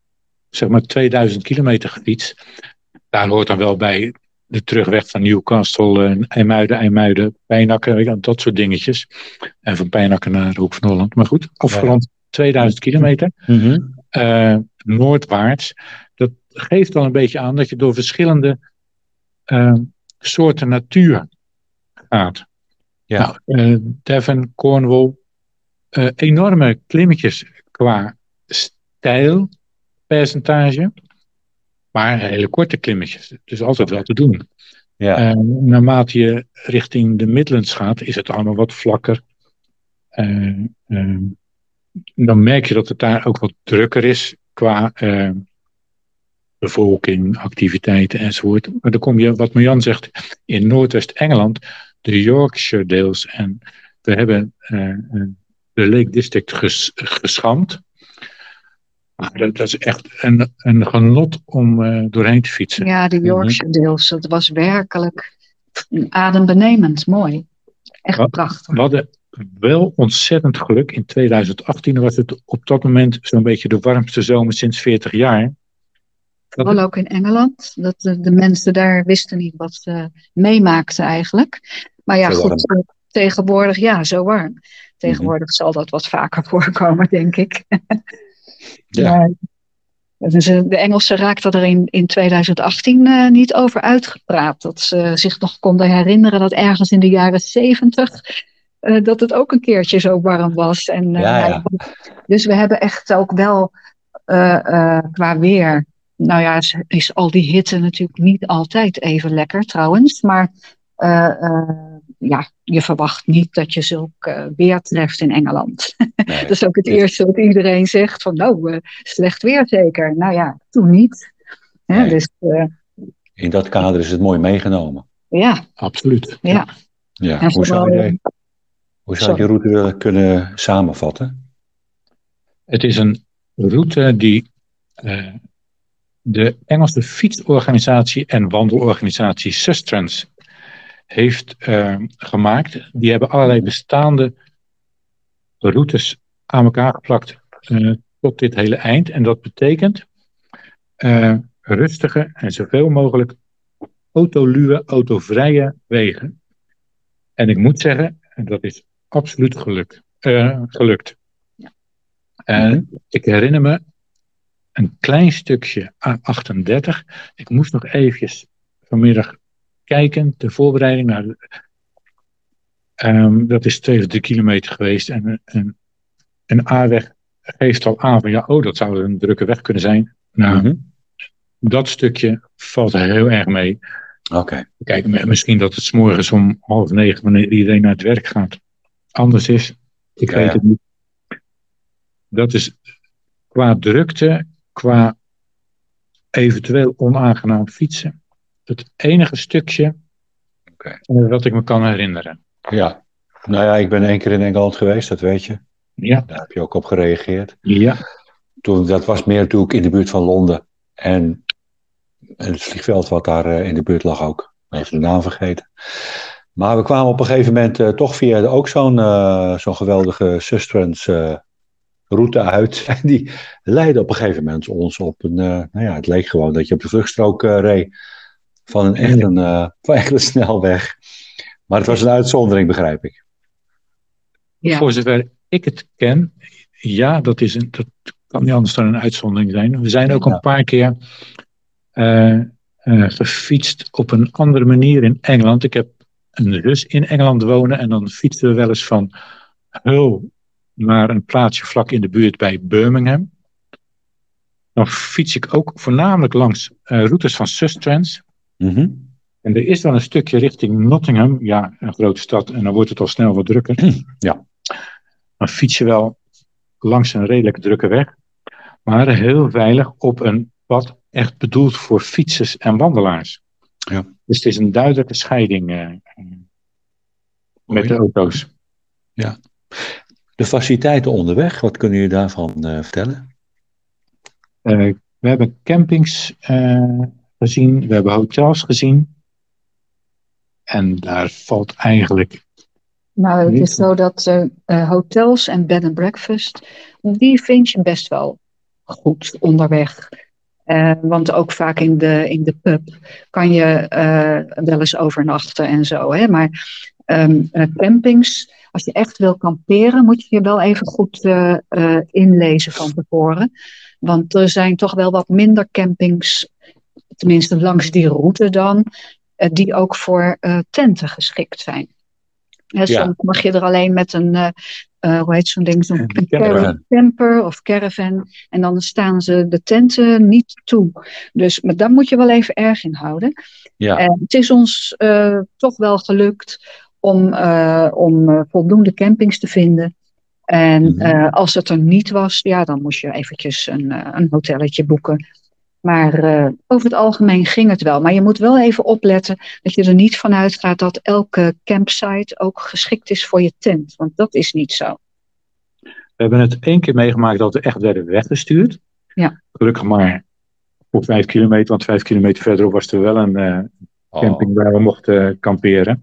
zeg maar tweeduizend kilometer gefietst. Daar hoort dan wel bij de terugweg van Newcastle, uh, IJmuiden, IJmuiden, Pijnakker, dat soort dingetjes. En van Pijnakker naar de Hoek van Holland. Maar goed, afgerond ja, ja. tweeduizend kilometer. Mm-hmm. Uh, noordwaarts. Dat geeft al een beetje aan dat je door verschillende uh, soorten natuur gaat. Ja. Nou, uh, Devon, Cornwall. Uh, enorme klimmetjes qua stijlpercentage. Maar hele korte klimmetjes. Dus altijd wel te doen. Ja. Uh, naarmate je richting de Midlands gaat, is het allemaal wat vlakker. Uh, uh, dan merk je dat het daar ook wat drukker is qua uh, bevolking, activiteiten enzovoort. Maar dan kom je, wat Marjan zegt, in Noordwest-Engeland, de Yorkshire Dales. En we hebben uh, de Lake District ges, geschamd. Maar dat, dat is echt een, een genot om uh, doorheen te fietsen. Ja, de Yorkshire Dales, dat was werkelijk adembenemend, mooi. Echt we, prachtig. We hadden wel ontzettend geluk. In tweeduizend achttien was het op dat moment zo'n beetje de warmste zomer sinds veertig jaar. Vooral ook in Engeland. Dat de, de mensen daar wisten niet wat ze meemaakten eigenlijk. Maar ja, zo goed, warm. Tegenwoordig, ja, zo warm. Tegenwoordig mm-hmm. zal dat wat vaker voorkomen, denk ik. Ja. Ja, dus de Engelsen raakten er in, in tweeduizend achttien uh, niet over uitgepraat. Dat ze zich nog konden herinneren dat ergens in de jaren zeventig uh, dat het ook een keertje zo warm was. En, uh, ja, ja. Dus we hebben echt ook wel uh, uh, qua weer. Nou ja, is, is al die hitte natuurlijk niet altijd even lekker trouwens. Maar uh, uh, ja, je verwacht niet dat je zulk uh, weer treft in Engeland. Nee, dat is ook het dit... eerste wat iedereen zegt. Van nou, uh, slecht weer zeker. Nou ja, toen niet. Nee. Ja, dus, uh, in dat kader is het mooi meegenomen. Ja. Absoluut. Ja. Ja. Hoe, zou je, hoe zou je route kunnen samenvatten? Het is een route die uh, de Engelse fietsorganisatie en wandelorganisatie Sustrans heeft uh, gemaakt. Die hebben allerlei bestaande routes aan elkaar geplakt uh, tot dit hele eind. En dat betekent uh, rustige en zoveel mogelijk autoluwe, autovrije wegen. En ik moet zeggen, dat is absoluut gelukt. Uh, gelukt. Ja. Uh, ik herinner me een klein stukje A achtendertig. Ik moest nog eventjes vanmiddag kijken, de voorbereiding naar de, um, dat is twee of drie kilometer geweest. En, en een A-weg geeft al aan van ja, oh, dat zou een drukke weg kunnen zijn. Nou, mm-hmm. dat stukje valt heel erg mee. Oké. Okay. Kijk, misschien dat het 's morgens om half negen, wanneer iedereen naar het werk gaat, anders is. Ik ja, weet ja. het niet. Dat is qua drukte, qua eventueel onaangenaam fietsen, het enige stukje okay. wat ik me kan herinneren. Ja, nou ja, ik ben één keer in Engeland geweest, dat weet je. Ja. Daar heb je ook op gereageerd. Ja. Toen, dat was meer natuurlijk in de buurt van Londen. En het vliegveld wat daar uh, in de buurt lag ook. Even de naam vergeten. Maar we kwamen op een gegeven moment uh, toch via de, ook zo'n, uh, zo'n geweldige Sustrans uh, route uit. En die leidde op een gegeven moment ons op een... Uh, nou ja, het leek gewoon dat je op de vluchtstrook uh, reed. Van een echt een, uh, van echt een snelweg. Maar het was een uitzondering, begrijp ik. Ja. Voor zover ik het ken, ja, dat, is een, dat kan niet anders dan een uitzondering zijn. We zijn ook ja. een paar keer uh, uh, gefietst op een andere manier in Engeland. Ik heb een zus in Engeland wonen en dan fietsen we wel eens van Hull naar een plaatsje vlak in de buurt bij Birmingham. Dan fiets ik ook voornamelijk langs uh, routes van Sustrans. Mm-hmm. En er is wel een stukje richting Nottingham, ja, een grote stad, en dan wordt het al snel wat drukker. Ja. Dan fiets je wel langs een redelijk drukke weg, maar heel veilig op een pad echt bedoeld voor fietsers en wandelaars. Ja. Dus het is een duidelijke scheiding uh, met de auto's. Ja. De faciliteiten onderweg, wat kunnen jullie daarvan uh, vertellen? Uh, we hebben campings uh, gezien, we hebben hotels gezien. En daar valt eigenlijk... Nou, het is zo dat uh, uh, hotels en bed and breakfast, die vind je best wel goed onderweg. Uh, want ook vaak in de, in de pub kan je uh, wel eens overnachten en zo. Hè? Maar um, uh, campings, als je echt wil kamperen, moet je je wel even goed uh, uh, inlezen van tevoren. Want er zijn toch wel wat minder campings, tenminste langs die route dan, uh, die ook voor uh, tenten geschikt zijn. Hè, soms ja. mag je er alleen met een, uh, uh, hoe heet zo'n ding, zo'n een caravan. camper of caravan. En dan staan ze de tenten niet toe. Dus maar daar moet je wel even erg in houden. Ja. En het is ons uh, toch wel gelukt om, uh, om uh, voldoende campings te vinden. En mm-hmm. uh, als het er niet was, ja, dan moest je eventjes een, uh, een hotelletje boeken. Maar uh, over het algemeen ging het wel. Maar je moet wel even opletten dat je er niet van uitgaat dat elke campsite ook geschikt is voor je tent. Want dat is niet zo. We hebben het één keer meegemaakt dat we echt werden weggestuurd. Ja. Gelukkig maar voor vijf kilometer. Want vijf kilometer verderop was er wel een uh, camping oh. waar we mochten kamperen.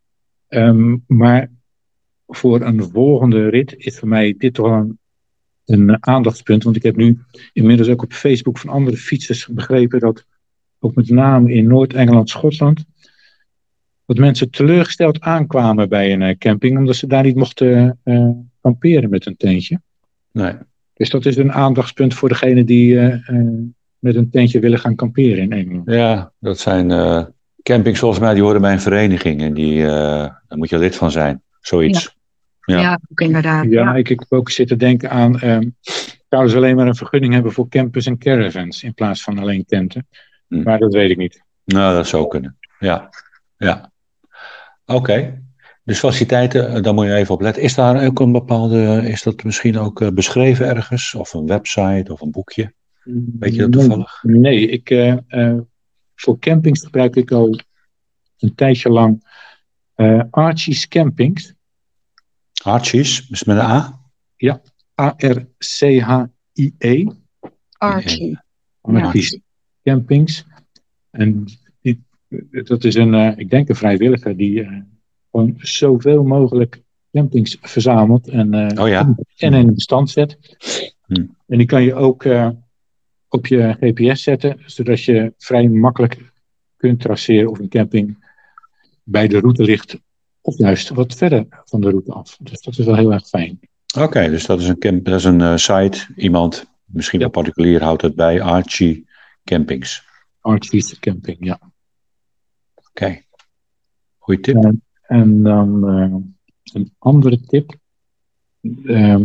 Um, maar voor een volgende rit is voor mij dit toch een... een aandachtspunt, want ik heb nu inmiddels ook op Facebook van andere fietsers begrepen dat ook met name in Noord-Engeland, Schotland, dat mensen teleurgesteld aankwamen bij een uh, camping, omdat ze daar niet mochten uh, kamperen met een tentje. Nee. Dus dat is een aandachtspunt voor degenen die uh, uh, met een tentje willen gaan kamperen in Engeland. Ja, dat zijn uh, campings volgens mij, die horen bij een vereniging en die, uh, daar moet je lid van zijn, zoiets. Ja. Ja, ja, inderdaad. Ja, ja. Ik, ik heb ook zitten denken aan, um, zouden ze alleen maar een vergunning hebben voor campers en caravans in plaats van alleen tenten? Hm. Maar dat weet ik niet. Nou, dat zou kunnen. Ja, ja. Oké. Okay. Dus faciliteiten, daar moet je even op letten. Is daar ook een bepaalde, is dat misschien ook uh, beschreven ergens? Of een website of een boekje? Weet je dat toevallig? Nee, nee ik, uh, uh, voor campings gebruik ik al een tijdje lang uh, Archie's Campings. Archie's, is met een A? Ja, A R C H I E. Archie. Archie's ja. Campings. En die, dat is een, uh, ik denk een vrijwilliger die uh, gewoon zoveel mogelijk campings verzamelt en, uh, oh ja? en in een bestand zet. Hmm. En die kan je ook uh, op je G P S zetten, zodat je vrij makkelijk kunt traceren of een camping bij de route ligt. Of juist wat verder van de route af. Dus dat is wel heel erg fijn. Oké, okay, dus dat is een, camp, dat is een uh, site. Iemand, misschien ja. een particulier, houdt het bij Archie Campings. Archie's Camping, ja. Oké. Okay. Goeie tip. En, en dan uh, een andere tip. Uh,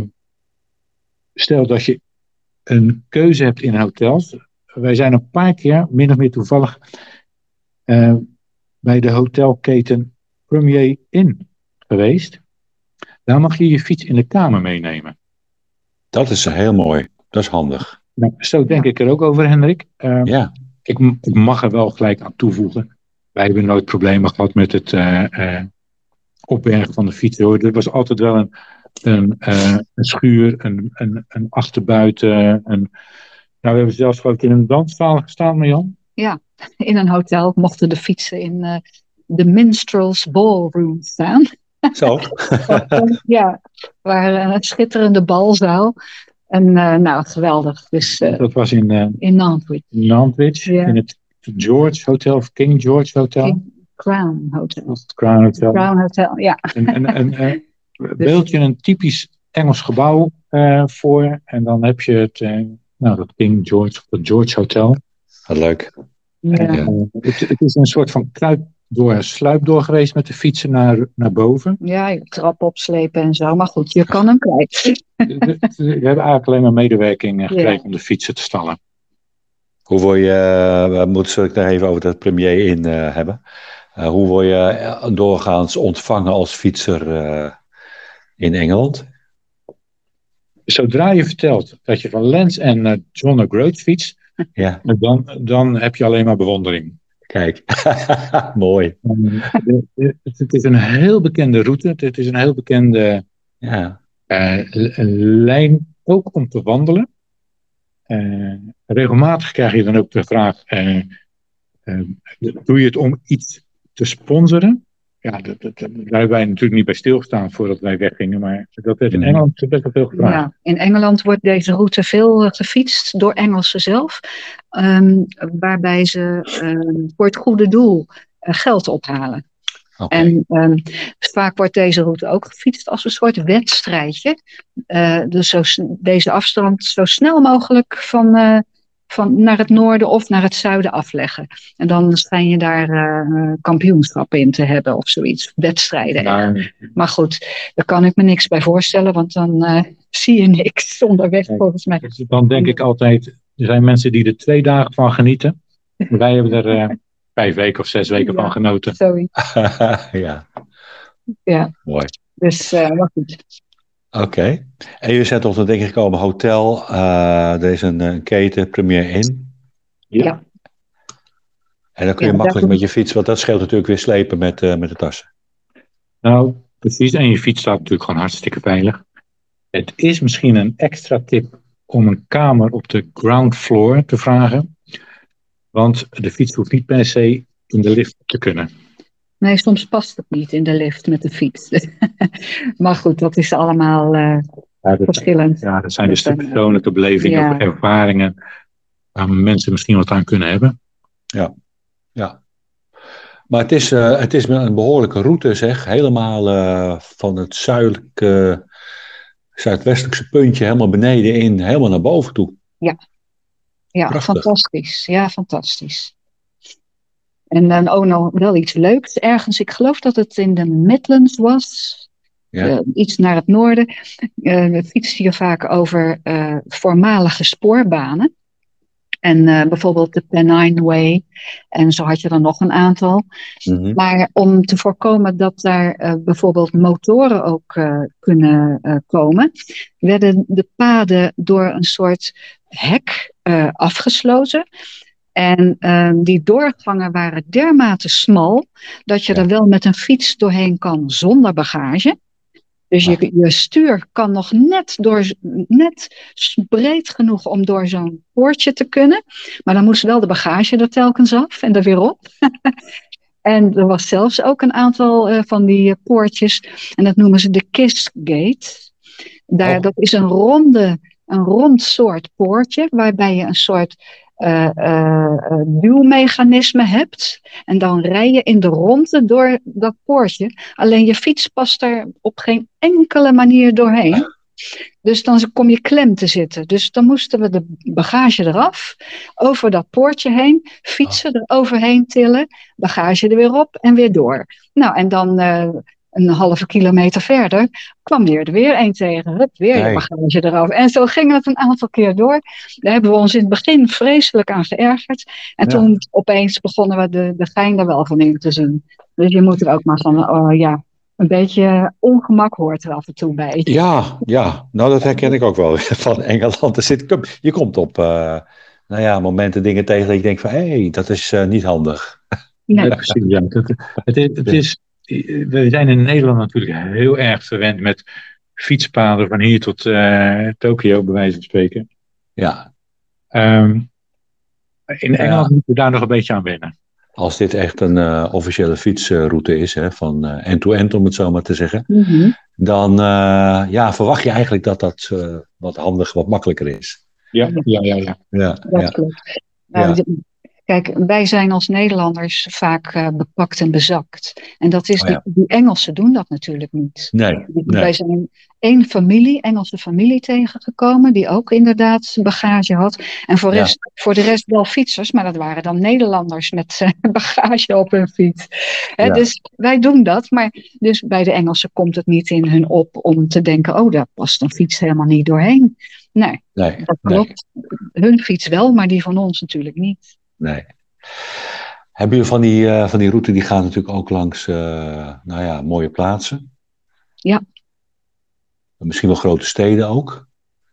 stel dat je een keuze hebt in hotels. Wij zijn een paar keer, min of meer toevallig, uh, bij de hotelketen Premier Inn geweest. Daar mag je je fiets in de kamer meenemen. Dat is heel mooi. Dat is handig. Nou, zo denk ik er ook over, Hendrik. Uh, ja. ik, ik mag er wel gelijk aan toevoegen. Wij hebben nooit problemen gehad met het uh, uh, opbergen van de fiets. Hoor. Er was altijd wel een, een, uh, een schuur, een, een, een achterbuiten. Een... Nou, we hebben zelfs geloof ik in een danszaal gestaan, Marjan. Ja, in een hotel mochten de fietsen in... Uh... de Minstrels Ballroom staan. Zo. Ja, waar een schitterende balzaal. En uh, nou, geweldig. Dus, uh, dat was in, uh, in Nantwich. In Nantwich, ja. In het George Hotel of King George Hotel. King Crown Hotel. Het Crown Hotel. Crown Hotel, ja. En, en, en uh, beeld je een typisch Engels gebouw uh, voor. En dan heb je het, uh, nou, dat King George, het George Hotel. Wat leuk. Ja. En, uh, het, het is een soort van kruip. Door sluip door geweest met de fietsen naar, naar boven. Ja, je trap opslepen en zo. Maar goed, je kan hem kwijt. We hebben eigenlijk alleen maar medewerking gekregen ja. om de fietsen te stallen. Hoe word je, we moeten het nog even over dat Premier Inn uh, hebben. Uh, hoe word je doorgaans ontvangen als fietser uh, in Engeland? Zodra je vertelt dat je van Lance en uh, John O'Groats fietst, ja. dan, dan heb je alleen maar bewondering. Kijk, mooi. Het, het is een heel bekende route. Het is een heel bekende ja. uh, lijn ook om te wandelen. Uh, regelmatig krijg je dan ook de vraag, uh, uh, doe je het om iets te sponsoren? ja, dat, dat, daar hebben wij natuurlijk niet bij stilgestaan voordat wij weggingen. Maar dat werd in Mhm. Engeland best wel veel gevraagd. Ja, in Engeland wordt deze route veel eh, gefietst door Engelsen zelf. ehm, waarbij ze ehm, voor het goede doel eh, geld ophalen. Oké. En ehm, vaak wordt deze route ook gefietst als een soort wedstrijdje. Eh, dus zo, s- deze afstand zo snel mogelijk van, eh, van naar het noorden of naar het zuiden afleggen. En dan schijn je daar eh, kampioenschappen in te hebben of zoiets. Wedstrijden. Maar, Maar goed, daar kan ik me niks bij voorstellen, want dan eh, zie je niks onderweg volgens mij. dan denk ik altijd, er zijn mensen die er twee dagen van genieten. Wij hebben er eh, vijf weken of zes weken Ja. van genoten. Sorry. Ja, Ja, mooi. dus uh, wat goed. Oké. En je bent op de denk ik gekomen hotel. Uh, er is een, een keten, Premier Inn. Ja. Ja. En dan kun je Ja, makkelijk dat- met je fiets, want dat scheelt natuurlijk weer slepen met, uh, met de tassen. Nou, precies. En je fiets staat natuurlijk gewoon hartstikke veilig. Het is misschien een extra tip om een kamer op de ground floor te vragen. Want de fiets hoeft niet per se in de lift te kunnen. Nee, soms past het niet in de lift met de fiets. Maar goed, dat is allemaal uh, Ja, dat, verschillend. ja, dat zijn dus de Dat zijn, persoonlijke belevingen ja. of ervaringen waar mensen misschien wat aan kunnen hebben. Ja, ja. Maar het is, uh, het is een behoorlijke route, zeg. Helemaal uh, van het zuidelijke, zuidwestelijkse puntje helemaal beneden in, helemaal naar boven toe. Ja, ja Prachtig. fantastisch. Ja, fantastisch. En dan ook nog wel iets leuks. Ergens, ik geloof dat het in de Midlands was. Ja. Uh, iets naar het noorden. Uh, we fietsen hier vaak over uh, voormalige spoorbanen. En uh, bijvoorbeeld de Pennine Way. En zo had je er nog een aantal. Mm-hmm. Maar om te voorkomen dat daar uh, bijvoorbeeld motoren ook uh, kunnen uh, komen, werden de paden door een soort hek uh, afgesloten. En uh, die doorgangen waren dermate smal dat je Ja. er wel met een fiets doorheen kan zonder bagage. Dus je, je stuur kan nog net, door, net breed genoeg om door zo'n poortje te kunnen. Maar dan moest wel de bagage er telkens af en er weer op. En er was zelfs ook een aantal uh, van die uh, poortjes. En dat noemen ze de Kiss Gate. Daar, Oh. Dat is een ronde, een rond soort poortje. Waarbij je een soort uh, uh, uh, duwmechanisme hebt. En dan rij je in de ronde door dat poortje. Alleen je fiets past er op geen enkele manier doorheen. Dus dan kom je klem te zitten. Dus dan moesten we de bagage eraf, over dat poortje heen, fietsen er overheen tillen, bagage er weer op en weer door. Nou, en dan uh, een halve kilometer verder kwam er weer één tegen, hup, weer Nee. je bagage eraf. En zo ging het een aantal keer door. Daar hebben we ons in het begin vreselijk aan geërgerd. En Ja. toen opeens begonnen we de, de gein er wel van in te zien. Dus je moet er ook maar van, oh ja, een beetje ongemak hoort er af en toe bij. Ja, ja, nou dat herken ik ook wel van Engeland. Er zit, je komt op uh, nou ja, momenten dingen tegen dat je denkt van hé, hey, dat is uh, niet handig. Nee. Ja, precies. Ja. Het, het, is, het is, we zijn in Nederland natuurlijk heel erg verwend met fietspaden van hier tot uh, Tokio, bij wijze van spreken. Ja. Um, in Engeland Ja. moeten we daar nog een beetje aan wennen. Als dit echt een uh, officiële fietsroute is, hè, van uh, end-to-end om het zo maar te zeggen, Mm-hmm. dan uh, ja, verwacht je eigenlijk dat dat uh, wat handig, wat makkelijker is. Ja, ja, ja. ja. Ja, Dat ja. klopt. Ja. Uh, de, kijk, wij zijn als Nederlanders vaak uh, bepakt en bezakt. En dat is Oh ja. die, die Engelsen doen dat natuurlijk niet. Nee, Die, nee. Wij zijn één familie, Engelse familie tegengekomen, die ook inderdaad bagage had. En voor, Ja. rest, voor de rest wel fietsers, maar dat waren dan Nederlanders met uh, bagage op hun fiets. He, Ja. Dus wij doen dat, maar dus bij de Engelsen komt het niet in hun op om te denken, oh, daar past een fiets helemaal niet doorheen. Nee, Nee, dat nee, klopt. Hun fiets wel, maar die van ons natuurlijk niet. nee. Hebben jullie van die, uh, van die route, die gaan natuurlijk ook langs, uh, nou ja, mooie plaatsen. Ja. Misschien wel grote steden ook.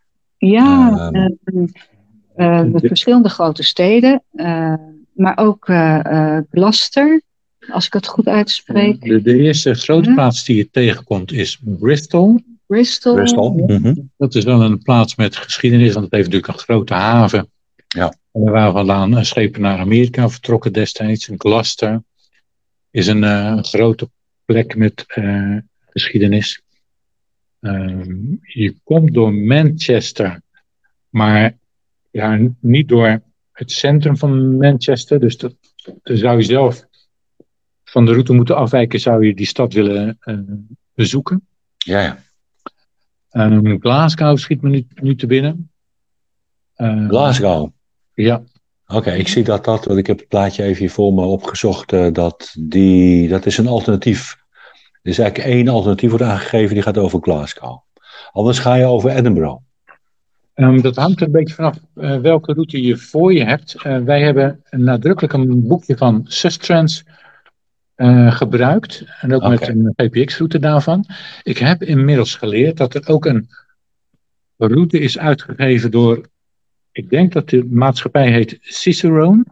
Ja, Um, uh, uh, de verschillende grote steden, uh, maar ook uh, uh, Gloucester, als ik het goed uitspreek. De, de eerste grote Ja. plaats die je tegenkomt is Bristol. Bristol. Bristol. Mm-hmm. Dat is wel een plaats met geschiedenis, want het heeft natuurlijk een grote haven. Ja. En daar waren vandaan schepen naar Amerika vertrokken destijds. En Gloucester is een uh, grote plek met uh, geschiedenis. Um, je komt door Manchester, maar ja, niet door het centrum van Manchester. Dus dat, dan zou je zelf van de route moeten afwijken, zou je die stad willen uh, bezoeken. Ja, ja. Um, Glasgow schiet me nu, nu te binnen. Um, Glasgow? Ja. Oké, okay, ik zie dat dat, want ik heb het plaatje even hier voor me opgezocht, uh, dat die, dat is een alternatief. Er is eigenlijk één alternatief wordt aangegeven, die gaat over Glasgow. Anders ga je over Edinburgh. Um, dat hangt er een beetje vanaf uh, welke route je voor je hebt. Uh, wij hebben nadrukkelijk een boekje van Sustrans uh, gebruikt. En ook okay. met een G P X-route daarvan. Ik heb inmiddels geleerd dat er ook een route is uitgegeven door, ik denk dat de maatschappij heet Cicerone.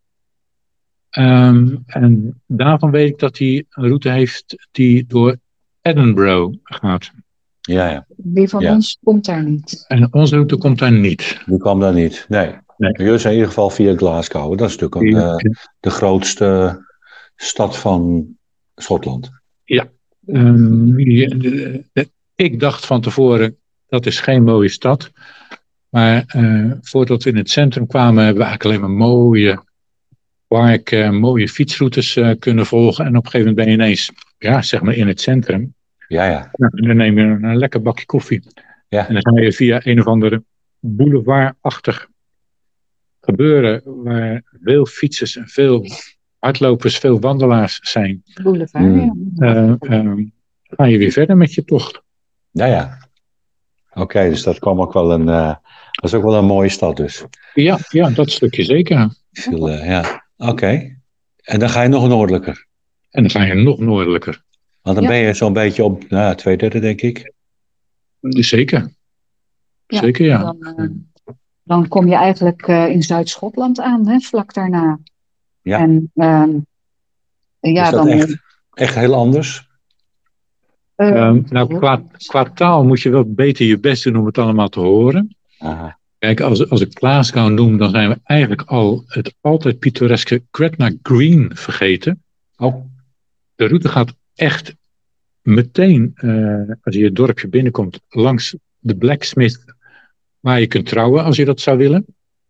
Um, en daarvan weet ik dat hij een route heeft die door Edinburgh gaat. Ja, ja. Die van ja. ons komt daar niet. En onze route komt daar niet. Die kwam daar niet, nee. nee. Jullie zijn in ieder geval via Glasgow. Dat is natuurlijk een, uh, de grootste stad van Schotland. Ja. Um, ik dacht van tevoren, dat is geen mooie stad. Maar uh, voordat we in het centrum kwamen, hebben we eigenlijk alleen maar mooie parken, uh, mooie fietsroutes uh, kunnen volgen. En op een gegeven moment ben je ineens, ja, zeg maar in het centrum. Ja, ja. Nou, dan neem je een, een lekker bakje koffie. Ja. En dan ga je via een of andere boulevardachtig gebeuren waar veel fietsers en veel hardlopers, veel wandelaars zijn. Boulevard, mm. ja. Uh, uh, ga je weer verder met je tocht. Ja, ja. Oké, okay, dus dat kwam ook wel een, uh, dat is ook wel een mooie stad dus. Ja, ja, dat stukje zeker. Veel, uh, ja. Oké. Okay. En dan ga je nog noordelijker. En dan ga je nog noordelijker. Want dan ja. ben je zo'n beetje op nou, twee derde, denk ik. Zeker. Ja, Zeker, ja. Dan, uh, dan kom je eigenlijk uh, in Zuid-Schotland aan, hè, vlak daarna. Ja. En, uh, ja is dat dan, echt, echt heel anders? Uh, um, nou, qua, qua taal moet je wel beter je best doen om het allemaal te horen. Aha. Kijk, als, als ik Glasgow noem, dan zijn we eigenlijk al het altijd pittoreske Gretna Green vergeten. Oh. De route gaat echt meteen, uh, als je het dorpje binnenkomt, langs de Blacksmith, waar je kunt trouwen als je dat zou willen.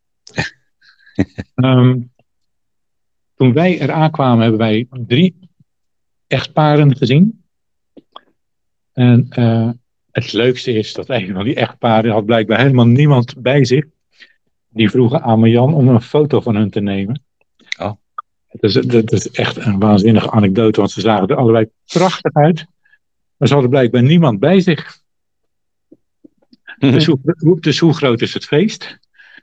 um, toen wij er aankwamen, hebben wij drie echtparen gezien. En uh, het leukste is dat een van die echtparen had blijkbaar helemaal niemand bij zich. Die vroegen aan Marjan om een foto van hun te nemen. Oh. Dus, dat is echt een waanzinnige anekdote, want ze zagen er allebei prachtig uit. Maar ze hadden blijkbaar niemand bij zich. Mm-hmm. Dus, hoe, dus hoe groot is het feest?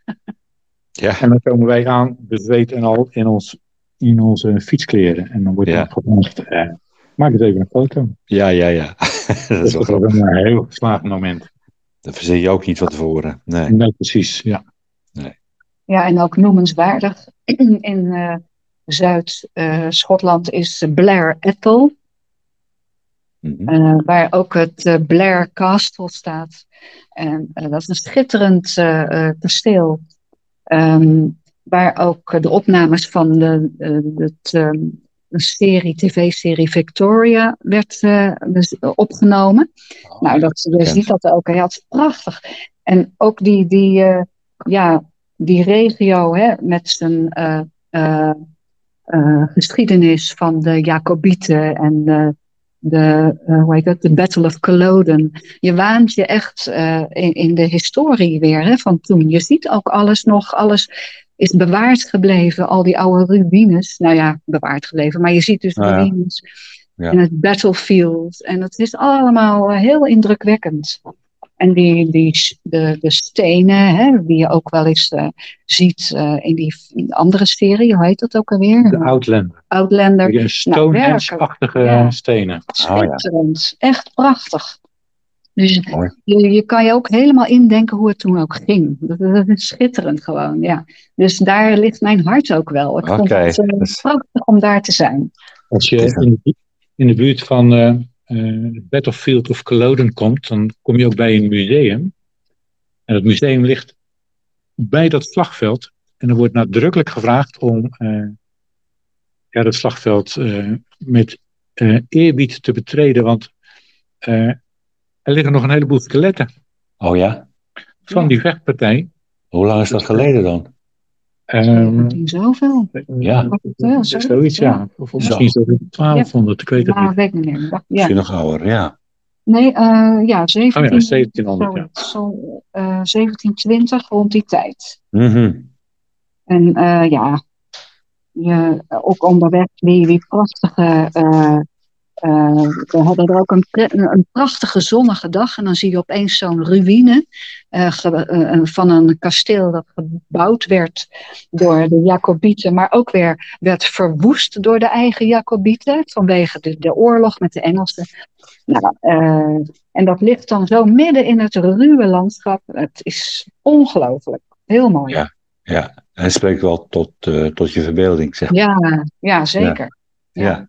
Ja. En dan komen wij aan, bezweet en al, in, ons, in onze fietskleren. En dan wordt ja. er gevraagd, eh, maak eens even een foto. Ja, ja, ja. Dat is wel grappig. Een heel geslaagd moment. Dat verzin je ook niet van tevoren. Nee, nee precies, ja. Nee. Ja, en ook noemenswaardig in uh, Zuid-Schotland uh, is Blair Ethel. Mm-hmm. Uh, waar ook het uh, Blair Castle staat. En uh, dat is een schitterend uh, uh, kasteel. Um, waar ook uh, de opnames van de, uh, het, um, de serie, tv-serie Victoria werd uh, dus, uh, opgenomen. Oh, nou, dat, je ziet dat ook. Ja, het is prachtig. En ook die, die, uh, ja, die regio hè, met zijn uh, uh, uh, geschiedenis van de Jacobieten en de De, uh, hoe heet dat? De Battle of Culloden. Je waant je echt uh, in, in de historie weer hè, van toen. Je ziet ook alles nog, alles is bewaard gebleven. Al die oude ruïnes. Nou ja, bewaard gebleven. Maar je ziet dus ah, ruïnes ja. en het battlefield. En het is allemaal uh, heel indrukwekkend. En die, die, de, de stenen, hè, die je ook wel eens uh, ziet uh, in die in de andere serie, hoe heet dat ook alweer? De Outlander. Outlander. Die Stonehenge-achtige nou, ja. stenen. Schitterend, oh, ja. Echt prachtig. Dus je, je kan je ook helemaal indenken hoe het toen ook ging. Dat, dat is schitterend gewoon, ja. Dus daar ligt mijn hart ook wel. Ik vond okay. het uh, dus... prachtig om daar te zijn. Als je in de, in de buurt van... Uh, Uh, de Battlefield of Culloden komt, dan kom je ook bij een museum. En het museum ligt bij dat slagveld. En er wordt nadrukkelijk gevraagd om uh, ja, dat slagveld uh, met uh, eerbied te betreden, want uh, er liggen nog een heleboel skeletten. Oh ja? Van die vechtpartij. Hoe lang is dat geleden dan? Um, zoveel. Ja. ja zoiets, ja. Of misschien zo twaalfhonderd, ik weet het ja, niet. Weet niet meer. Ja. Misschien nog ouder, ja. Nee, uh, ja, zeventien, oh ja, zeventienhonderd, ja. Zo, uh, zeventien twintig, rond die tijd. Mm-hmm. En uh, ja, je, ook onderweg die, die prachtige... Uh, Uh, we hadden er ook een, een prachtige zonnige dag en dan zie je opeens zo'n ruïne uh, ge, uh, van een kasteel dat gebouwd werd door de Jacobieten, maar ook weer werd verwoest door de eigen Jacobieten vanwege de, de oorlog met de Engelsen. Nou, uh, en dat ligt dan zo midden in het ruwe landschap. Het is ongelooflijk, heel mooi. Ja, ja. En het spreekt wel tot, uh, tot je verbeelding, zeg maar. Ja, ja zeker. Ja. Ja. Ja.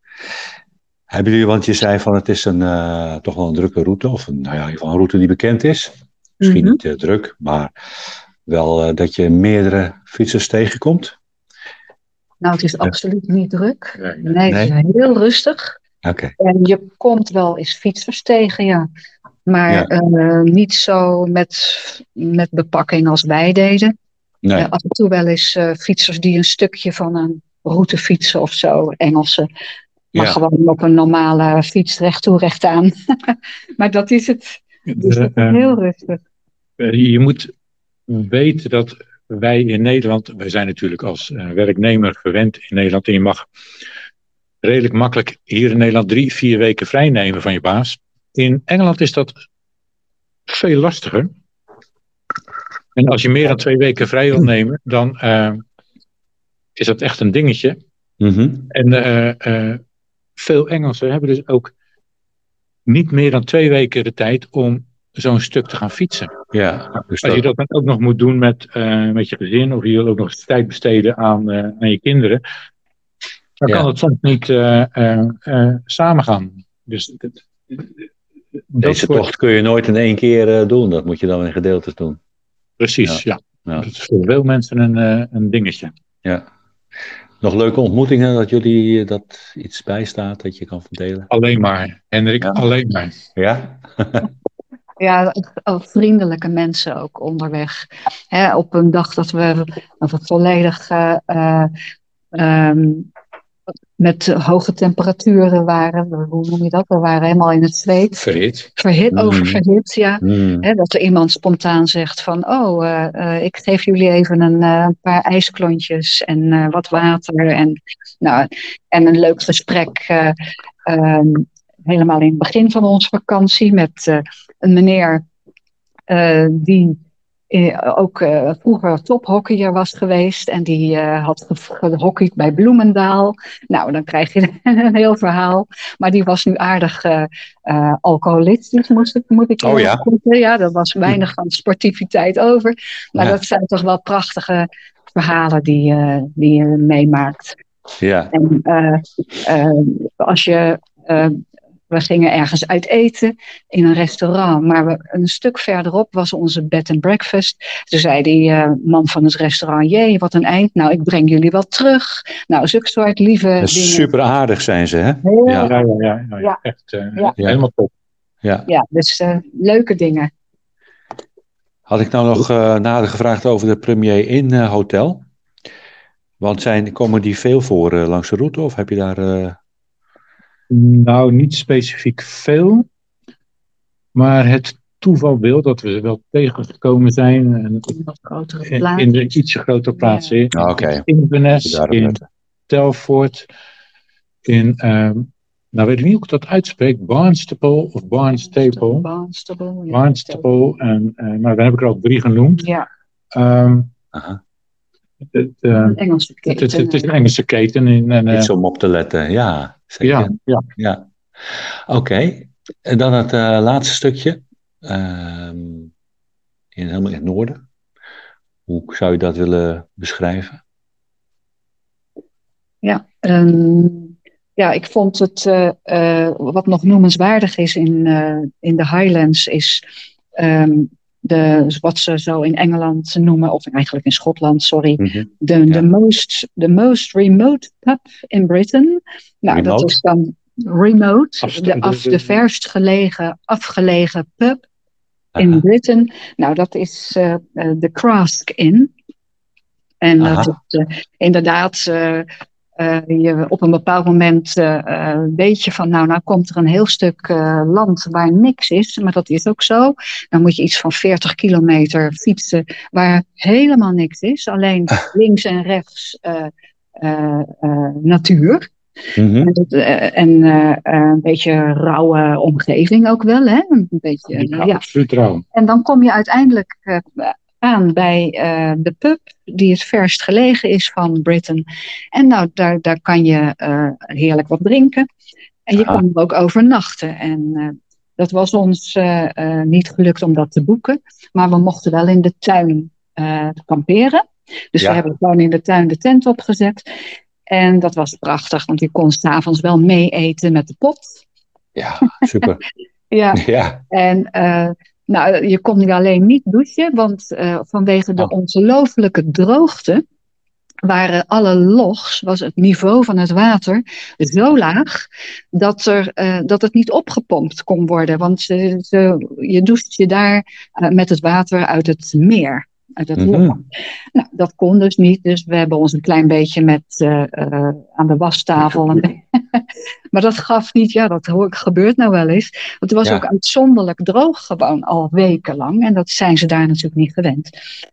Hebben jullie, want je zei van het is een, uh, toch wel een drukke route, of een, nou ja, in ieder geval een route die bekend is. Misschien mm-hmm. niet uh, druk, maar wel uh, dat je meerdere fietsers tegenkomt. Nou, het is ja. absoluut niet druk. Nee, nee, nee. Het is heel rustig. Okay. En je komt wel eens fietsers tegen, ja. Maar ja. Uh, niet zo met, met bepakking als wij deden. Nee. Uh, af en toe wel eens uh, fietsers die een stukje van een route fietsen of zo, Engelse. Maar ja. gewoon op een normale fiets recht toe, recht aan. Maar dat is het. Dus dat is heel rustig. Je moet weten dat wij in Nederland, wij zijn natuurlijk als uh, werknemer gewend in Nederland. En je mag redelijk makkelijk hier in Nederland drie, vier weken vrij nemen van je baas. In Engeland is dat veel lastiger. En als je meer dan twee weken vrij wil nemen, dan uh, is dat echt een dingetje. Mm-hmm. En uh, uh, veel Engelsen hebben dus ook niet meer dan twee weken de tijd om zo'n stuk te gaan fietsen. Ja, dus als je dat dan ook nog moet doen met, uh, met je gezin, of je wil ook nog tijd besteden aan, uh, aan je kinderen, dan ja. kan het soms niet uh, uh, uh, samengaan. Dus het, deze tocht wordt... kun je nooit in één keer uh, doen, dat moet je dan in gedeeltes doen. Precies, ja. ja. ja. Dat is voor veel mensen een, uh, een dingetje. Ja. Nog leuke ontmoetingen dat jullie dat iets bijstaat dat je kan verdelen? Alleen maar, Hendrik, ja. alleen maar. Ja? Ja, vriendelijke mensen ook onderweg. He, op een dag dat we, dat we volledig uh, uh, um, met hoge temperaturen waren. Hoe noem je dat? We waren helemaal in het zweet. Verhit. Verhit, mm. oververhit, ja. Mm. He, dat er iemand spontaan zegt van, oh, uh, uh, ik geef jullie even een, uh, een paar ijsklontjes en uh, wat water. En, nou, en een leuk gesprek. Uh, um, helemaal in het begin van onze vakantie met uh, een meneer uh, die uh, ook uh, vroeger tophockeyer was geweest en die uh, had gehockeyd bij Bloemendaal. Nou, dan krijg je een heel verhaal. Maar die was nu aardig uh, uh, alcoholistisch, moest ik, moet ik oh, ja. zeggen. Ja, er was weinig van sportiviteit over. Maar ja. dat zijn toch wel prachtige verhalen die, uh, die je meemaakt. Ja. En uh, uh, als je... Uh, We gingen ergens uit eten in een restaurant. Maar we, een stuk verderop was onze bed and breakfast. Toen zei die uh, man van het restaurant, jee, wat een eind. Nou, ik breng jullie wel terug. Nou, zulke soort lieve dingen. Super aardig zijn ze, hè? Heel ja, ja, ja, ja, ja. ja. Echt uh, ja. helemaal top. Ja, ja dus uh, leuke dingen. Had ik nou nog uh, nader gevraagd over de Premier Inn uh, Hotel? Want zijn, komen die veel voor uh, langs de route? Of heb je daar... Uh... Nou, niet specifiek veel. Maar het toeval wil dat we wel tegengekomen zijn. En in wat grotere in, plaatsen. in de ietsje grotere plaatsen. Ja. Ah, okay. In Inverness, in Telford, in, um, nou weet ik niet hoe ik dat uitspreek, Barnstaple of Barnstaple. Barnstaple, ja. Barnstaple, en, uh, maar dan heb ik er al drie genoemd. Ja. Um, Aha. Het, uh, een Engelse keten. Het, het, het is een Engelse keten. In, en, uh, Iets om op te letten, ja. Zeker. Ja, ja. ja. Oké, okay. En dan het uh, laatste stukje. Uh, in, helemaal in het noorden. Hoe zou je dat willen beschrijven? Ja, um, ja ik vond het, uh, uh, wat nog noemenswaardig is in, uh, in de Highlands, is um, de, wat ze zo in Engeland noemen, of eigenlijk in Schotland, sorry, mm-hmm. de, ja. the, most, the most remote pub in Britain. Nou, remote? dat is dan remote, Afst- de, af, de- de verst gelegen, afgelegen pub in Aha. Britain. Nou, dat is uh, uh, de Crask Inn. En Aha. dat is uh, inderdaad, uh, uh, je op een bepaald moment uh, uh, weet je van, nou, nou komt er een heel stuk uh, land waar niks is. Maar dat is ook zo. Dan moet je iets van veertig kilometer fietsen waar helemaal niks is. Alleen links en rechts uh, uh, uh, natuur. Mm-hmm. En, dat, uh, en uh, uh, een beetje rauwe omgeving ook wel, hè? Een beetje, Ja, ja. absoluut trouw. En dan kom je uiteindelijk uh, aan bij uh, de pub die het verst gelegen is van Britain. En nou, daar, daar kan je uh, heerlijk wat drinken. En je Ah. kan er ook overnachten. En uh, dat was ons uh, uh, niet gelukt om dat te boeken. Maar we mochten wel in de tuin uh, kamperen. Dus Ja. we hebben gewoon in de tuin de tent opgezet. En dat was prachtig, want je kon 's avonds wel mee eten met de pot. Ja, super. Ja, Ja. en uh, nou, je kon nu alleen niet douchen, want uh, vanwege de Oh. ongelofelijke droogte waren alle logs, was het niveau van het water zo laag dat, er, uh, dat het niet opgepompt kon worden. Want uh, ze, je doucht je daar uh, met het water uit het meer. Uit het Mm-hmm. log. Nou, dat kon dus niet, dus we hebben ons een klein beetje met uh, uh, aan de wastafel. En maar dat gaf niet, ja, dat gebeurt nou wel eens. Want het was Ja. ook uitzonderlijk droog gewoon al wekenlang. En dat zijn ze daar natuurlijk niet gewend.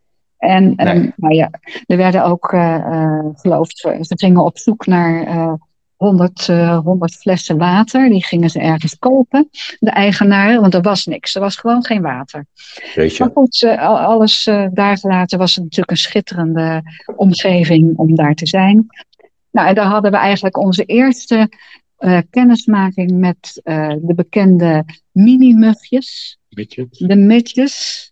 En Nee. um, nou ja, er werden ook, uh, uh, geloof ik, ze gingen op zoek naar uh, honderd, uh, honderd flessen water. Die gingen ze ergens kopen, de eigenaren, want er was niks. Er was gewoon geen water. Weet Maar je. goed, uh, alles uh, daar gelaten was het natuurlijk een schitterende omgeving om daar te zijn. Nou, en daar hadden we eigenlijk onze eerste uh, kennismaking met uh, de bekende mini-mugjes, Midgets. de midges.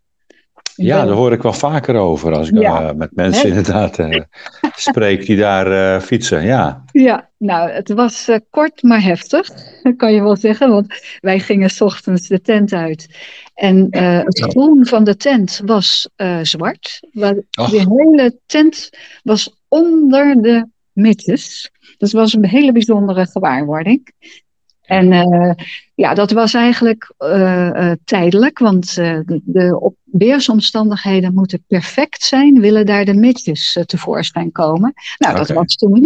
Ja, daar hoor ik wel vaker over als ik Ja. uh, met mensen Hè? inderdaad uh, spreek die daar uh, fietsen. Ja. Ja, nou, het was uh, kort maar heftig, kan je wel zeggen. Want wij gingen 's ochtends de tent uit. En uh, het groen van de tent was uh, zwart. Maar Och. de hele tent was onder de midges. Dus het was een hele bijzondere gewaarwording. En uh, ja, dat was eigenlijk uh, uh, tijdelijk, want uh, de, de op weersomstandigheden moeten perfect zijn, willen daar de midges uh, tevoorschijn komen. Nou, dat Oké. was toen.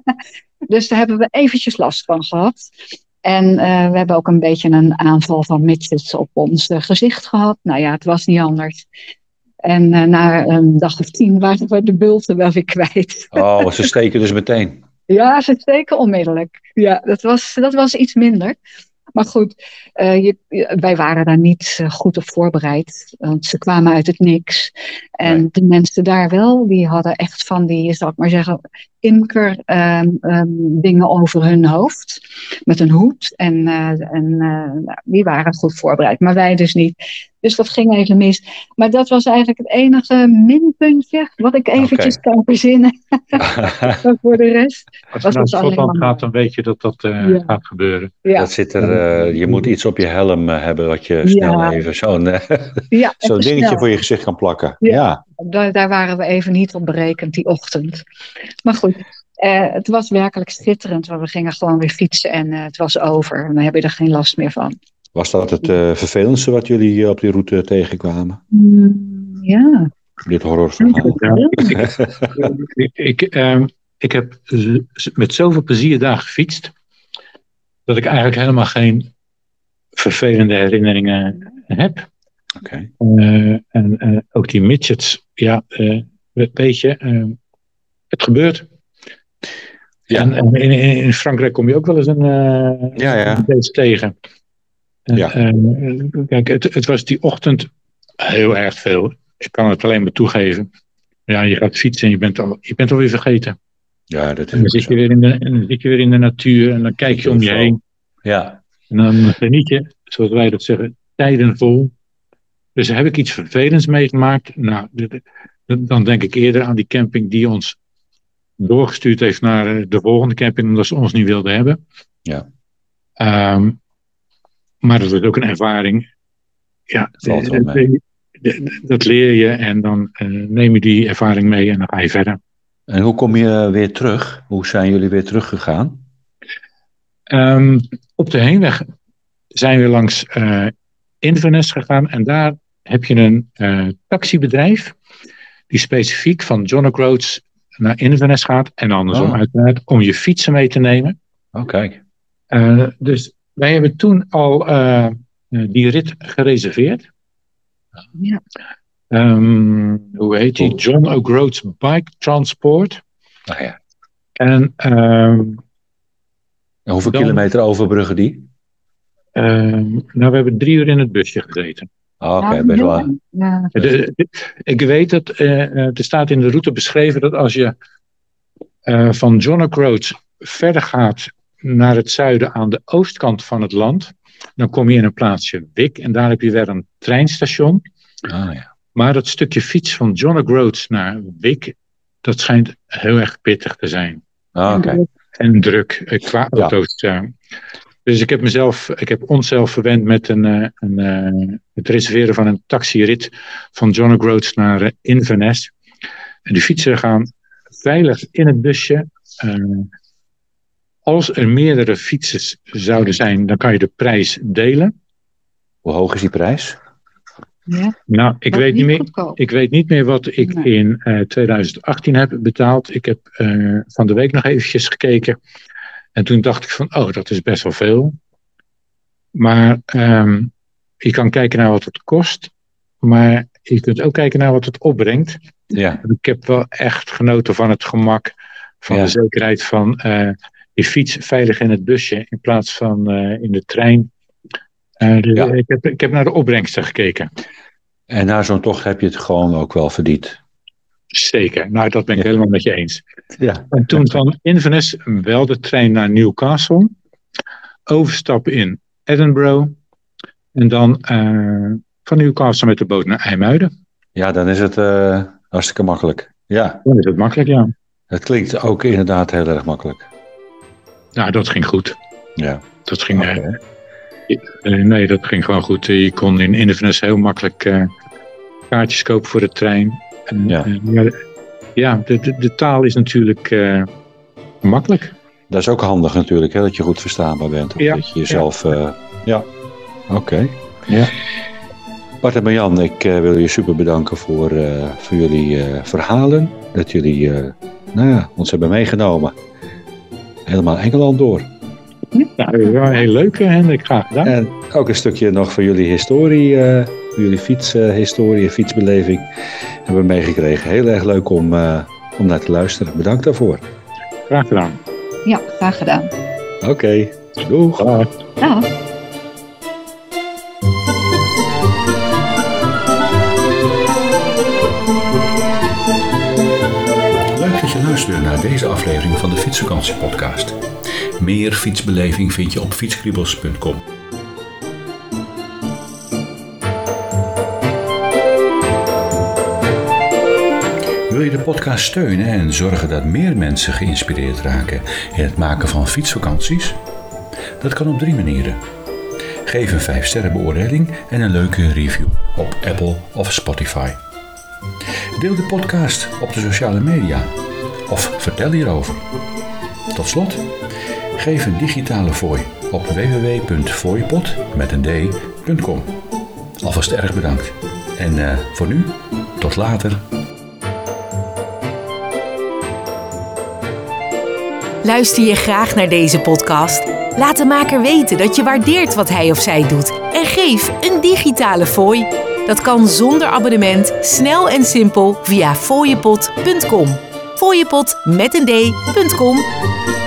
Dus daar hebben we eventjes last van gehad. En uh, we hebben ook een beetje een aanval van midges op ons uh, gezicht gehad. Nou ja, het was niet anders. En uh, na een dag of tien waren we de bulten wel weer kwijt. Oh, ze steken dus meteen. Ja, ze steken onmiddellijk. Ja, dat was, dat was iets minder. Maar goed, uh, je, wij waren daar niet uh, goed op voorbereid. Want ze kwamen uit het niks. En Nee. de mensen daar wel, die hadden echt van die, zal ik maar zeggen, imker um, um, dingen over hun hoofd. Met een hoed. En, uh, en uh, nou, die waren goed voorbereid. Maar wij dus niet. Dus dat ging even mis. Maar dat was eigenlijk het enige minpuntje wat ik eventjes Oké. kan verzinnen. Maar voor de rest Als was je naar het alleen Schotland maar gaat, dan weet je dat dat uh, Ja. gaat gebeuren. Ja, Dat zit er, uh, je moet iets op je helm uh, hebben wat je snel Ja. even zo'n uh, ja, zo'n even dingetje snel. voor je gezicht kan plakken. Ja. Ja. Daar, daar waren we even niet op berekend die ochtend. Maar goed, eh, het was werkelijk schitterend. Want we gingen gewoon weer fietsen en uh, het was over. En dan heb je er geen last meer van. Was dat het uh, vervelendste wat jullie uh, op die route tegenkwamen? Mm, ja. Dit horrorverhaal. Ja, ik, ik, um, ik heb z- met zoveel plezier daar gefietst, dat ik eigenlijk helemaal geen vervelende herinneringen heb. Oké. Uh, en uh, ook die midgets, ja, uh, weet je, uh, het gebeurt. Ja. En, en in, in Frankrijk kom je ook wel eens een uh, Ja, ja. deze tegen. En, Ja. uh, kijk, het, het was die ochtend heel erg veel. Ik kan het alleen maar toegeven. Ja, je gaat fietsen en je bent, al, je bent alweer vergeten. Ja, dat En dan, is zit ook je zo. weer in de, en dan zit je weer in de natuur en dan kijk je om je heen. Ja. En dan geniet je, zoals wij dat zeggen, tijden vol. Dus heb ik iets vervelends meegemaakt? Nou, d- d- dan denk ik eerder aan die camping die ons doorgestuurd heeft naar de volgende camping, omdat ze ons niet wilden hebben. Ja. Um, maar dat is ook een ervaring. Ja, Valt wel d- mee. d- d- dat leer je en dan uh, neem je die ervaring mee en dan ga je verder. En hoe kom je weer terug? Hoe zijn jullie weer teruggegaan? Um, op de heenweg zijn we langs uh, Inverness gegaan. En daar heb je een uh, taxibedrijf die specifiek van John O'Groats naar Inverness gaat. En andersom oh. uiteraard om je fietsen mee te nemen. Oh, kijk. Uh, dus wij hebben toen al uh, die rit gereserveerd. Ja. Um, hoe heet die? John O'Groats Bike Transport. Ah, ja. En, um, en hoeveel dan, kilometer overbruggen die? Um, nou, we hebben drie uur in het busje gezeten. Oh, Oké, okay, best wel. Ja. De, de, ik weet dat uh, er staat in de route beschreven dat als je uh, van John O'Groats verder gaat naar het zuiden aan de oostkant van het land, dan kom je in een plaatsje Wick en daar heb je weer een treinstation. Ah, ja. Maar dat stukje fiets van John O'Groats naar Wick, dat schijnt heel erg pittig te zijn. Ah, Oké. Okay. En druk uh, qua auto's. Ja. Uh, dus ik heb mezelf, ik heb onszelf verwend met een, uh, een, uh, het reserveren van een taxirit van John O'Groats naar uh, Inverness. En die fietsen gaan veilig in het busje. Uh, als er meerdere fietsers zouden zijn, dan kan je de prijs delen. Hoe hoog is die prijs? Ja. Nou, ik weet, niet meer, ik weet niet meer wat ik nee. in uh, twintig achttien heb betaald. Ik heb uh, van de week nog eventjes gekeken. En toen dacht ik van, oh, dat is best wel veel. Maar um, je kan kijken naar wat het kost. Maar je kunt ook kijken naar wat het opbrengt. Ja. Ik heb wel echt genoten van het gemak. Van ja. de zekerheid van uh, je fiets veilig in het busje. In plaats van uh, in de trein. Uh, de, ja. ik, heb, ik heb naar de opbrengsten gekeken. En na zo'n tocht heb je het gewoon ook wel verdiend. Zeker, nou dat ben ik ja. helemaal met je eens. Ja. En toen van Inverness wel de trein naar Newcastle. Overstappen in Edinburgh. En dan uh, van Newcastle met de boot naar IJmuiden. Ja, dan is het uh, hartstikke makkelijk. Ja. Dan is het makkelijk, ja. Het klinkt ook inderdaad heel erg makkelijk. Nou, dat ging goed. Ja. Dat ging... Okay. Uh, nee, dat ging gewoon goed. Je kon in Inverness heel makkelijk uh, kaartjes kopen voor de trein. En, ja, uh, ja, ja de, de, de taal is natuurlijk uh, makkelijk. Dat is ook handig natuurlijk, hè, dat je goed verstaanbaar bent. Of ja, dat je jezelf... Ja, uh, ja. oké. Okay. Ja. Bart en Marjan, ik uh, wil je super bedanken voor, uh, voor jullie uh, verhalen. Dat jullie uh, nou ja, ons hebben meegenomen. Helemaal Engeland door. Ja, ja, heel leuk, Hendrik. Graag gedaan. En ook een stukje nog van jullie historie, uh, jullie fietshistorie en fietsbeleving hebben we meegekregen. Heel erg leuk om, uh, om naar te luisteren. Bedankt daarvoor. Graag gedaan. Ja, graag gedaan. Oké, okay. Doeg. Dag. Dag. Leuk dat je luisterde naar deze aflevering van de Fietsvakantiepodcast. Meer fietsbeleving vind je op fietskriebels punt com. Wil je de podcast steunen en zorgen dat meer mensen geïnspireerd raken in het maken van fietsvakanties? Dat kan op drie manieren. Geef een vijf sterren beoordeling en een leuke review op Apple of Spotify. Deel de podcast op de sociale media of vertel hierover. Tot slot, geef een digitale fooi op w w w punt fooiepot met een d punt com. Alvast erg bedankt. En uh, voor nu, tot later. Luister je graag naar deze podcast? Laat de maker weten dat je waardeert wat hij of zij doet en geef een digitale fooi. Dat kan zonder abonnement, snel en simpel via fooiepot punt com. Fooiepot met een d punt com.